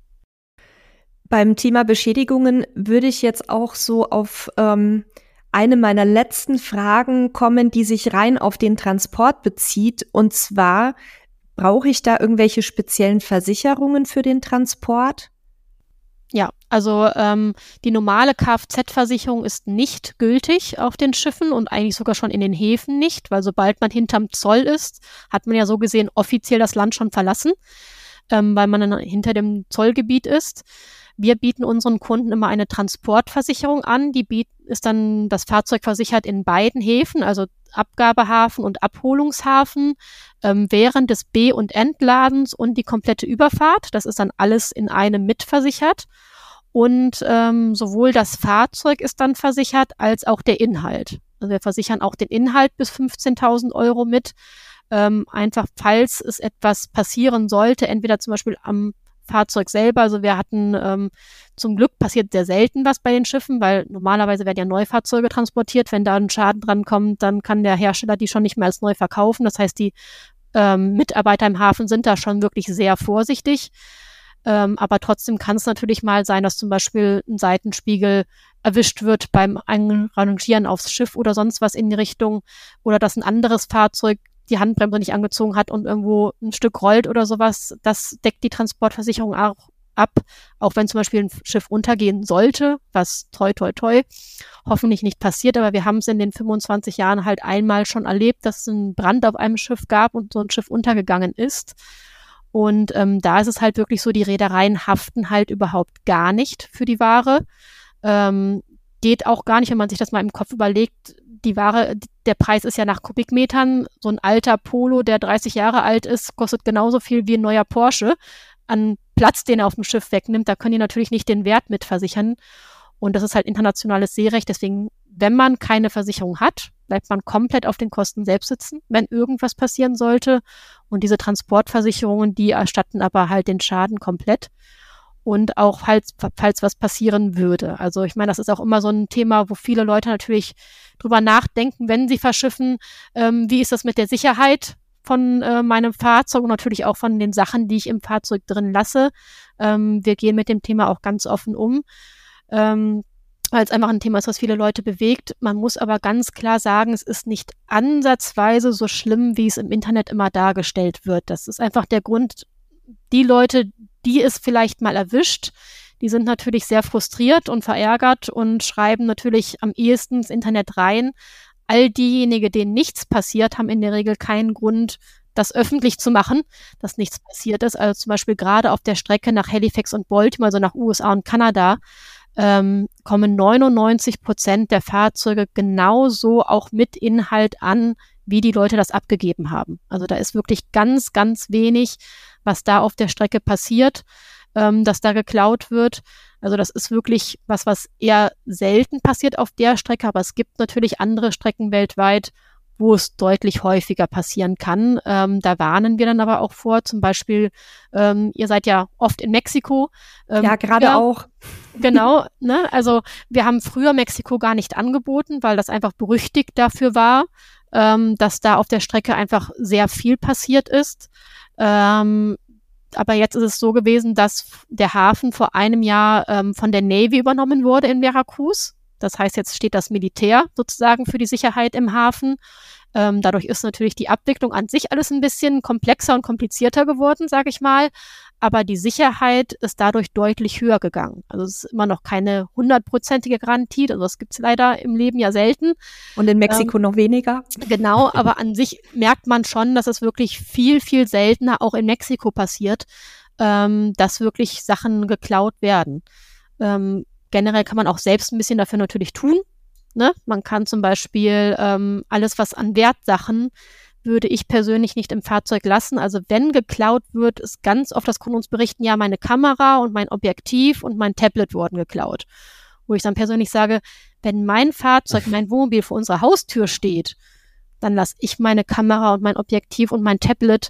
Beim Thema Beschädigungen würde ich jetzt auch so auf ähm, eine meiner letzten Fragen kommen, die sich rein auf den Transport bezieht. Und zwar, brauche ich da irgendwelche speziellen Versicherungen für den Transport? Ja, also ähm, die normale Kfz-Versicherung ist nicht gültig auf den Schiffen und eigentlich sogar schon in den Häfen nicht, weil sobald man hinterm Zoll ist, hat man ja so gesehen offiziell das Land schon verlassen, ähm, weil man dann hinter dem Zollgebiet ist. Wir bieten unseren Kunden immer eine Transportversicherung an. Die biet, ist dann das Fahrzeug versichert in beiden Häfen, also Abgabehafen und Abholungshafen, ähm, während des Be- und Entladens und die komplette Überfahrt. Das ist dann alles in einem mitversichert. Und ähm, sowohl das Fahrzeug ist dann versichert, als auch der Inhalt. Also wir versichern auch den Inhalt bis fünfzehntausend Euro mit. Ähm, einfach, falls es etwas passieren sollte, entweder zum Beispiel am Fahrzeug selber. Also wir hatten ähm, zum Glück passiert sehr selten was bei den Schiffen, weil normalerweise werden ja Neufahrzeuge transportiert. Wenn da ein Schaden dran kommt, dann kann der Hersteller die schon nicht mehr als neu verkaufen. Das heißt, die ähm, Mitarbeiter im Hafen sind da schon wirklich sehr vorsichtig. Ähm, aber trotzdem kann es natürlich mal sein, dass zum Beispiel ein Seitenspiegel erwischt wird beim Einrangieren aufs Schiff oder sonst was in die Richtung, oder dass ein anderes Fahrzeug die Handbremse nicht angezogen hat und irgendwo ein Stück rollt oder sowas. Das deckt die Transportversicherung auch ab, auch wenn zum Beispiel ein Schiff untergehen sollte, was toi toi toi hoffentlich nicht passiert, aber wir haben es in den fünfundzwanzig Jahren halt einmal schon erlebt, dass es einen Brand auf einem Schiff gab und so ein Schiff untergegangen ist. Und ähm, da ist es halt wirklich so, die Reedereien haften halt überhaupt gar nicht für die Ware. Ähm, geht auch gar nicht, wenn man sich das mal im Kopf überlegt. Die Ware, der Preis ist ja nach Kubikmetern. So ein alter Polo, der dreißig Jahre alt ist, kostet genauso viel wie ein neuer Porsche an Platz, den er auf dem Schiff wegnimmt. Da können die natürlich nicht den Wert mitversichern. Und das ist halt internationales Seerecht. Deswegen, wenn man keine Versicherung hat, bleibt man komplett auf den Kosten selbst sitzen, wenn irgendwas passieren sollte. Und diese Transportversicherungen, die erstatten aber halt den Schaden komplett. Und auch falls, falls was passieren würde. Also ich meine, das ist auch immer so ein Thema, wo viele Leute natürlich drüber nachdenken, wenn sie verschiffen, ähm, wie ist das mit der Sicherheit von äh, meinem Fahrzeug und natürlich auch von den Sachen, die ich im Fahrzeug drin lasse. Ähm, wir gehen mit dem Thema auch ganz offen um. Ähm, weil es einfach ein Thema ist, was viele Leute bewegt. Man muss aber ganz klar sagen, es ist nicht ansatzweise so schlimm, wie es im Internet immer dargestellt wird. Das ist einfach der Grund, die Leute, die es vielleicht mal erwischt, die sind natürlich sehr frustriert und verärgert und schreiben natürlich am ehesten ins Internet rein. All diejenigen, denen nichts passiert, haben in der Regel keinen Grund, das öffentlich zu machen, dass nichts passiert ist. Also zum Beispiel gerade auf der Strecke nach Halifax und Baltimore, also nach U S A und Kanada, ähm, kommen neunundneunzig Prozent der Fahrzeuge genauso auch mit Inhalt an, wie die Leute das abgegeben haben. Also da ist wirklich ganz, ganz wenig, was da auf der Strecke passiert, ähm, dass da geklaut wird. Also das ist wirklich was, was eher selten passiert auf der Strecke, aber es gibt natürlich andere Strecken weltweit, wo es deutlich häufiger passieren kann. Ähm, da warnen wir dann aber auch vor, zum Beispiel, ähm, ihr seid ja oft in Mexiko. Ähm, ja, gerade auch. Genau, ne? Also wir haben früher Mexiko gar nicht angeboten, weil das einfach berüchtigt dafür war, ähm, dass da auf der Strecke einfach sehr viel passiert ist. Ähm, aber jetzt ist es so gewesen, dass der Hafen vor einem Jahr ähm, von der Navy übernommen wurde in Veracruz. Das heißt, jetzt steht das Militär sozusagen für die Sicherheit im Hafen. Ähm, dadurch ist natürlich die Abwicklung an sich alles ein bisschen komplexer und komplizierter geworden, sage ich mal. Aber die Sicherheit ist dadurch deutlich höher gegangen. Also es ist immer noch keine hundertprozentige Garantie. Also das gibt es leider im Leben ja selten. Und in Mexiko ähm, noch weniger. Genau, aber an sich merkt man schon, dass es wirklich viel, viel seltener auch in Mexiko passiert, ähm, dass wirklich Sachen geklaut werden. Ähm, Generell kann man auch selbst ein bisschen dafür natürlich tun. Ne? Man kann zum Beispiel ähm, alles, was an Wertsachen, würde ich persönlich nicht im Fahrzeug lassen. Also wenn geklaut wird, ist ganz oft, das Kunden uns berichten, ja, meine Kamera und mein Objektiv und mein Tablet wurden geklaut. Wo ich dann persönlich sage, wenn mein Fahrzeug, mein Wohnmobil vor unserer Haustür steht, dann lasse ich meine Kamera und mein Objektiv und mein Tablet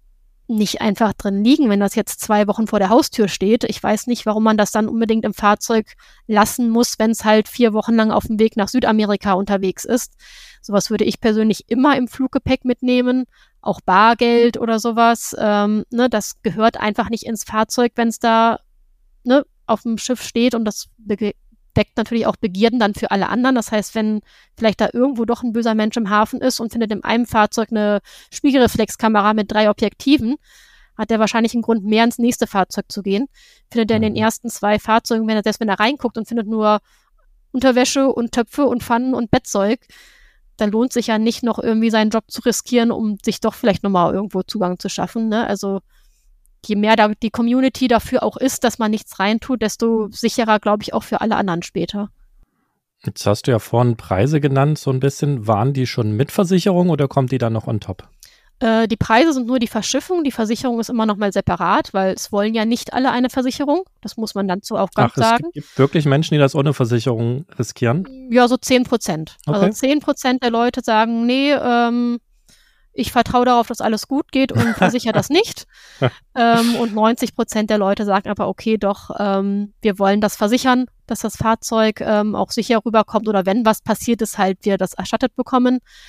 nicht einfach drin liegen, wenn das jetzt zwei Wochen vor der Haustür steht. Ich weiß nicht, warum man das dann unbedingt im Fahrzeug lassen muss, wenn es halt vier Wochen lang auf dem Weg nach Südamerika unterwegs ist. Sowas würde ich persönlich immer im Fluggepäck mitnehmen, auch Bargeld oder sowas. Ähm, ne, das gehört einfach nicht ins Fahrzeug, wenn es da ne, auf dem Schiff steht, und das be- weckt natürlich auch Begierden dann für alle anderen. Das heißt, wenn vielleicht da irgendwo doch ein böser Mensch im Hafen ist und findet in einem Fahrzeug eine Spiegelreflexkamera mit drei Objektiven, hat er wahrscheinlich einen Grund, mehr ins nächste Fahrzeug zu gehen. Findet er in den ersten zwei Fahrzeugen, wenn er selbst wenn er reinguckt und findet nur Unterwäsche und Töpfe und Pfannen und Bettzeug, dann lohnt sich ja nicht noch irgendwie seinen Job zu riskieren, um sich doch vielleicht nochmal irgendwo Zugang zu schaffen. Ne? Also je mehr da die Community dafür auch ist, dass man nichts reintut, desto sicherer, glaube ich, auch für alle anderen später. Jetzt hast du ja vorhin Preise genannt, so ein bisschen. Waren die schon mit Versicherung oder kommt die dann noch on top? Äh, die Preise sind nur die Verschiffung. Die Versicherung ist immer noch mal separat, weil es wollen ja nicht alle eine Versicherung. Das muss man dazu auch ganz Ach, sagen. Es gibt wirklich Menschen, die das ohne Versicherung riskieren? Ja, so zehn Prozent. Okay. Also zehn Prozent der Leute sagen, nee, ähm, ich vertraue darauf, dass alles gut geht und versichere das nicht. ähm, und neunzig Prozent der Leute sagen aber, okay, doch, ähm, wir wollen das versichern, dass das Fahrzeug ähm, auch sicher rüberkommt oder wenn was passiert ist, halt wir das erstattet bekommen.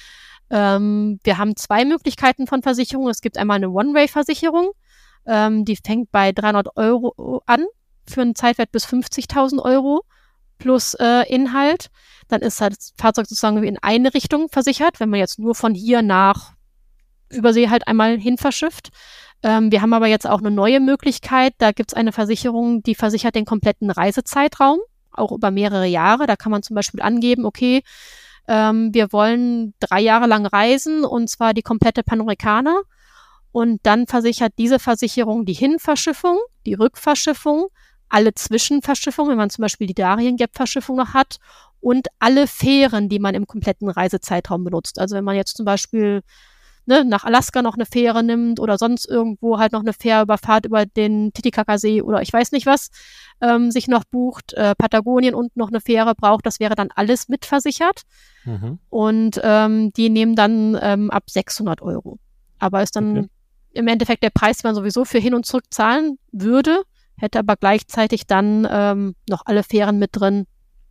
Ähm, wir haben zwei Möglichkeiten von Versicherungen. Es gibt einmal eine One-Way-Versicherung, ähm, die fängt bei dreihundert Euro an für einen Zeitwert bis fünfzigtausend Euro plus äh, Inhalt. Dann ist halt das Fahrzeug sozusagen in eine Richtung versichert, wenn man jetzt nur von hier nach Übersee halt einmal hin verschifft. Ähm, wir haben aber jetzt auch eine neue Möglichkeit. Da gibt es eine Versicherung, die versichert den kompletten Reisezeitraum, auch über mehrere Jahre. Da kann man zum Beispiel angeben, okay, ähm, wir wollen drei Jahre lang reisen und zwar die komplette Panamericana. Und dann versichert diese Versicherung die Hinverschiffung, die Rückverschiffung, alle Zwischenverschiffungen, wenn man zum Beispiel die Darien-Gap-Verschiffung noch hat und alle Fähren, die man im kompletten Reisezeitraum benutzt. Also wenn man jetzt zum Beispiel ne, nach Alaska noch eine Fähre nimmt oder sonst irgendwo halt noch eine Fährüberfahrt über den Titicacasee oder ich weiß nicht was, ähm, sich noch bucht, äh, Patagonien und noch eine Fähre braucht, das wäre dann alles mitversichert. Mhm. Und ähm, die nehmen dann ähm, ab sechshundert Euro. Aber ist dann okay. Im Endeffekt der Preis, den man sowieso für hin und zurück zahlen würde, hätte aber gleichzeitig dann ähm, noch alle Fähren mit drin.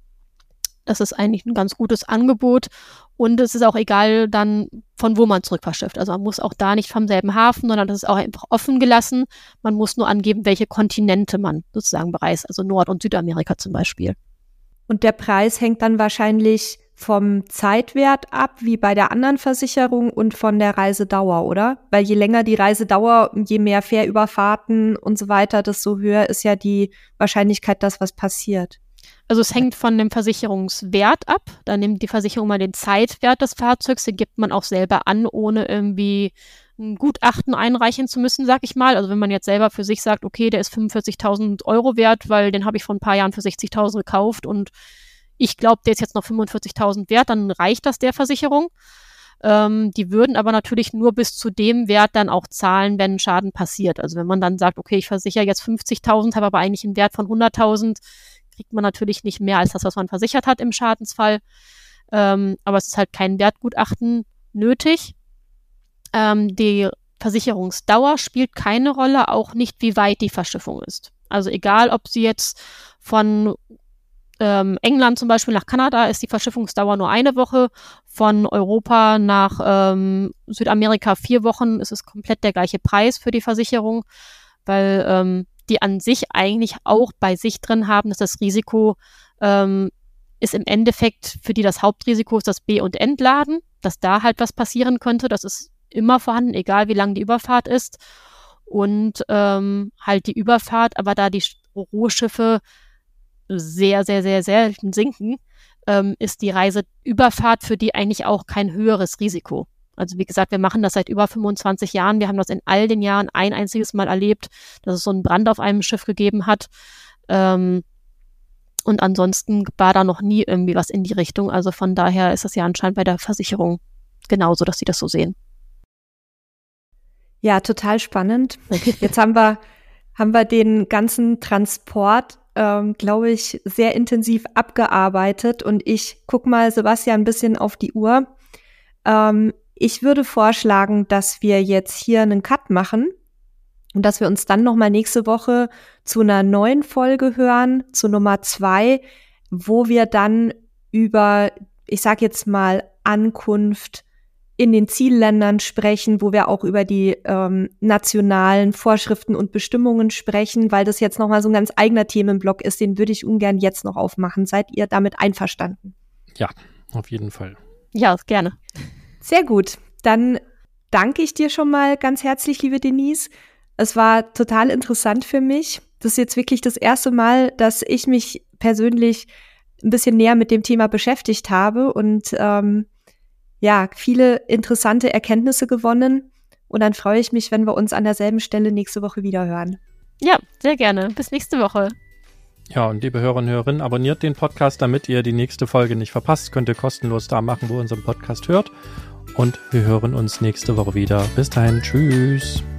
Das ist eigentlich ein ganz gutes Angebot. Und es ist auch egal dann, von wo man zurückverschifft. Also man muss auch da nicht vom selben Hafen, sondern das ist auch einfach offen gelassen. Man muss nur angeben, welche Kontinente man sozusagen bereist. Also Nord- und Südamerika zum Beispiel. Und der Preis hängt dann wahrscheinlich vom Zeitwert ab, wie bei der anderen Versicherung und von der Reisedauer, oder? Weil je länger die Reisedauer, je mehr Fährüberfahrten und so weiter, desto höher ist ja die Wahrscheinlichkeit, dass was passiert. Also es hängt von dem Versicherungswert ab. Da nimmt die Versicherung mal den Zeitwert des Fahrzeugs, den gibt man auch selber an, ohne irgendwie ein Gutachten einreichen zu müssen, sag ich mal. Also wenn man jetzt selber für sich sagt, okay, der ist fünfundvierzigtausend Euro wert, weil den habe ich vor ein paar Jahren für sechzigtausend gekauft und ich glaube, der ist jetzt noch fünfundvierzigtausend wert, dann reicht das der Versicherung. Ähm, die würden aber natürlich nur bis zu dem Wert dann auch zahlen, wenn Schaden passiert. Also wenn man dann sagt, okay, ich versichere jetzt fünfzigtausend, habe aber eigentlich einen Wert von hunderttausend, kriegt man natürlich nicht mehr als das, was man versichert hat im Schadensfall. Ähm, aber es ist halt kein Wertgutachten nötig. Ähm, die Versicherungsdauer spielt keine Rolle, auch nicht, wie weit die Verschiffung ist. Also egal, ob sie jetzt von ähm, England zum Beispiel nach Kanada ist die Verschiffungsdauer nur eine Woche, von Europa nach ähm, Südamerika vier Wochen ist es komplett der gleiche Preis für die Versicherung, weil ähm, die an sich eigentlich auch bei sich drin haben, dass das Risiko ähm, ist im Endeffekt, für die das Hauptrisiko ist das Be- und Entladen, dass da halt was passieren könnte, das ist immer vorhanden, egal wie lang die Überfahrt ist und ähm, halt die Überfahrt, aber da die Rohschiffe sehr, sehr, sehr, sehr sinken, ähm, ist die Reiseüberfahrt für die eigentlich auch kein höheres Risiko. Also wie gesagt, wir machen das seit über fünfundzwanzig Jahren. Wir haben das in all den Jahren ein einziges Mal erlebt, dass es so einen Brand auf einem Schiff gegeben hat. Ähm, und ansonsten war da noch nie irgendwie was in die Richtung. Also von daher ist das ja anscheinend bei der Versicherung genauso, dass sie das so sehen. Ja, total spannend. Jetzt haben wir, haben wir den ganzen Transport Ähm, glaube ich, sehr intensiv abgearbeitet und ich guck mal, Sebastian, ein bisschen auf die Uhr. Ähm, ich würde vorschlagen, dass wir jetzt hier einen Cut machen und dass wir uns dann nochmal nächste Woche zu einer neuen Folge hören, zu Nummer zwei, wo wir dann über, ich sag jetzt mal, Ankunft in den Zielländern sprechen, wo wir auch über die ähm, nationalen Vorschriften und Bestimmungen sprechen, weil das jetzt nochmal so ein ganz eigener Themenblock ist, den würde ich ungern jetzt noch aufmachen. Seid ihr damit einverstanden? Ja, auf jeden Fall. Ja, gerne. Sehr gut. Dann danke ich dir schon mal ganz herzlich, liebe Denise. Es war total interessant für mich. Das ist jetzt wirklich das erste Mal, dass ich mich persönlich ein bisschen näher mit dem Thema beschäftigt habe und ähm, ja, viele interessante Erkenntnisse gewonnen. Und dann freue ich mich, wenn wir uns an derselben Stelle nächste Woche wieder hören. Ja, sehr gerne. Bis nächste Woche. Ja, und liebe Hörer und Hörerinnen, abonniert den Podcast, damit ihr die nächste Folge nicht verpasst. Könnt ihr kostenlos da machen, wo ihr unseren Podcast hört. Und wir hören uns nächste Woche wieder. Bis dahin, tschüss.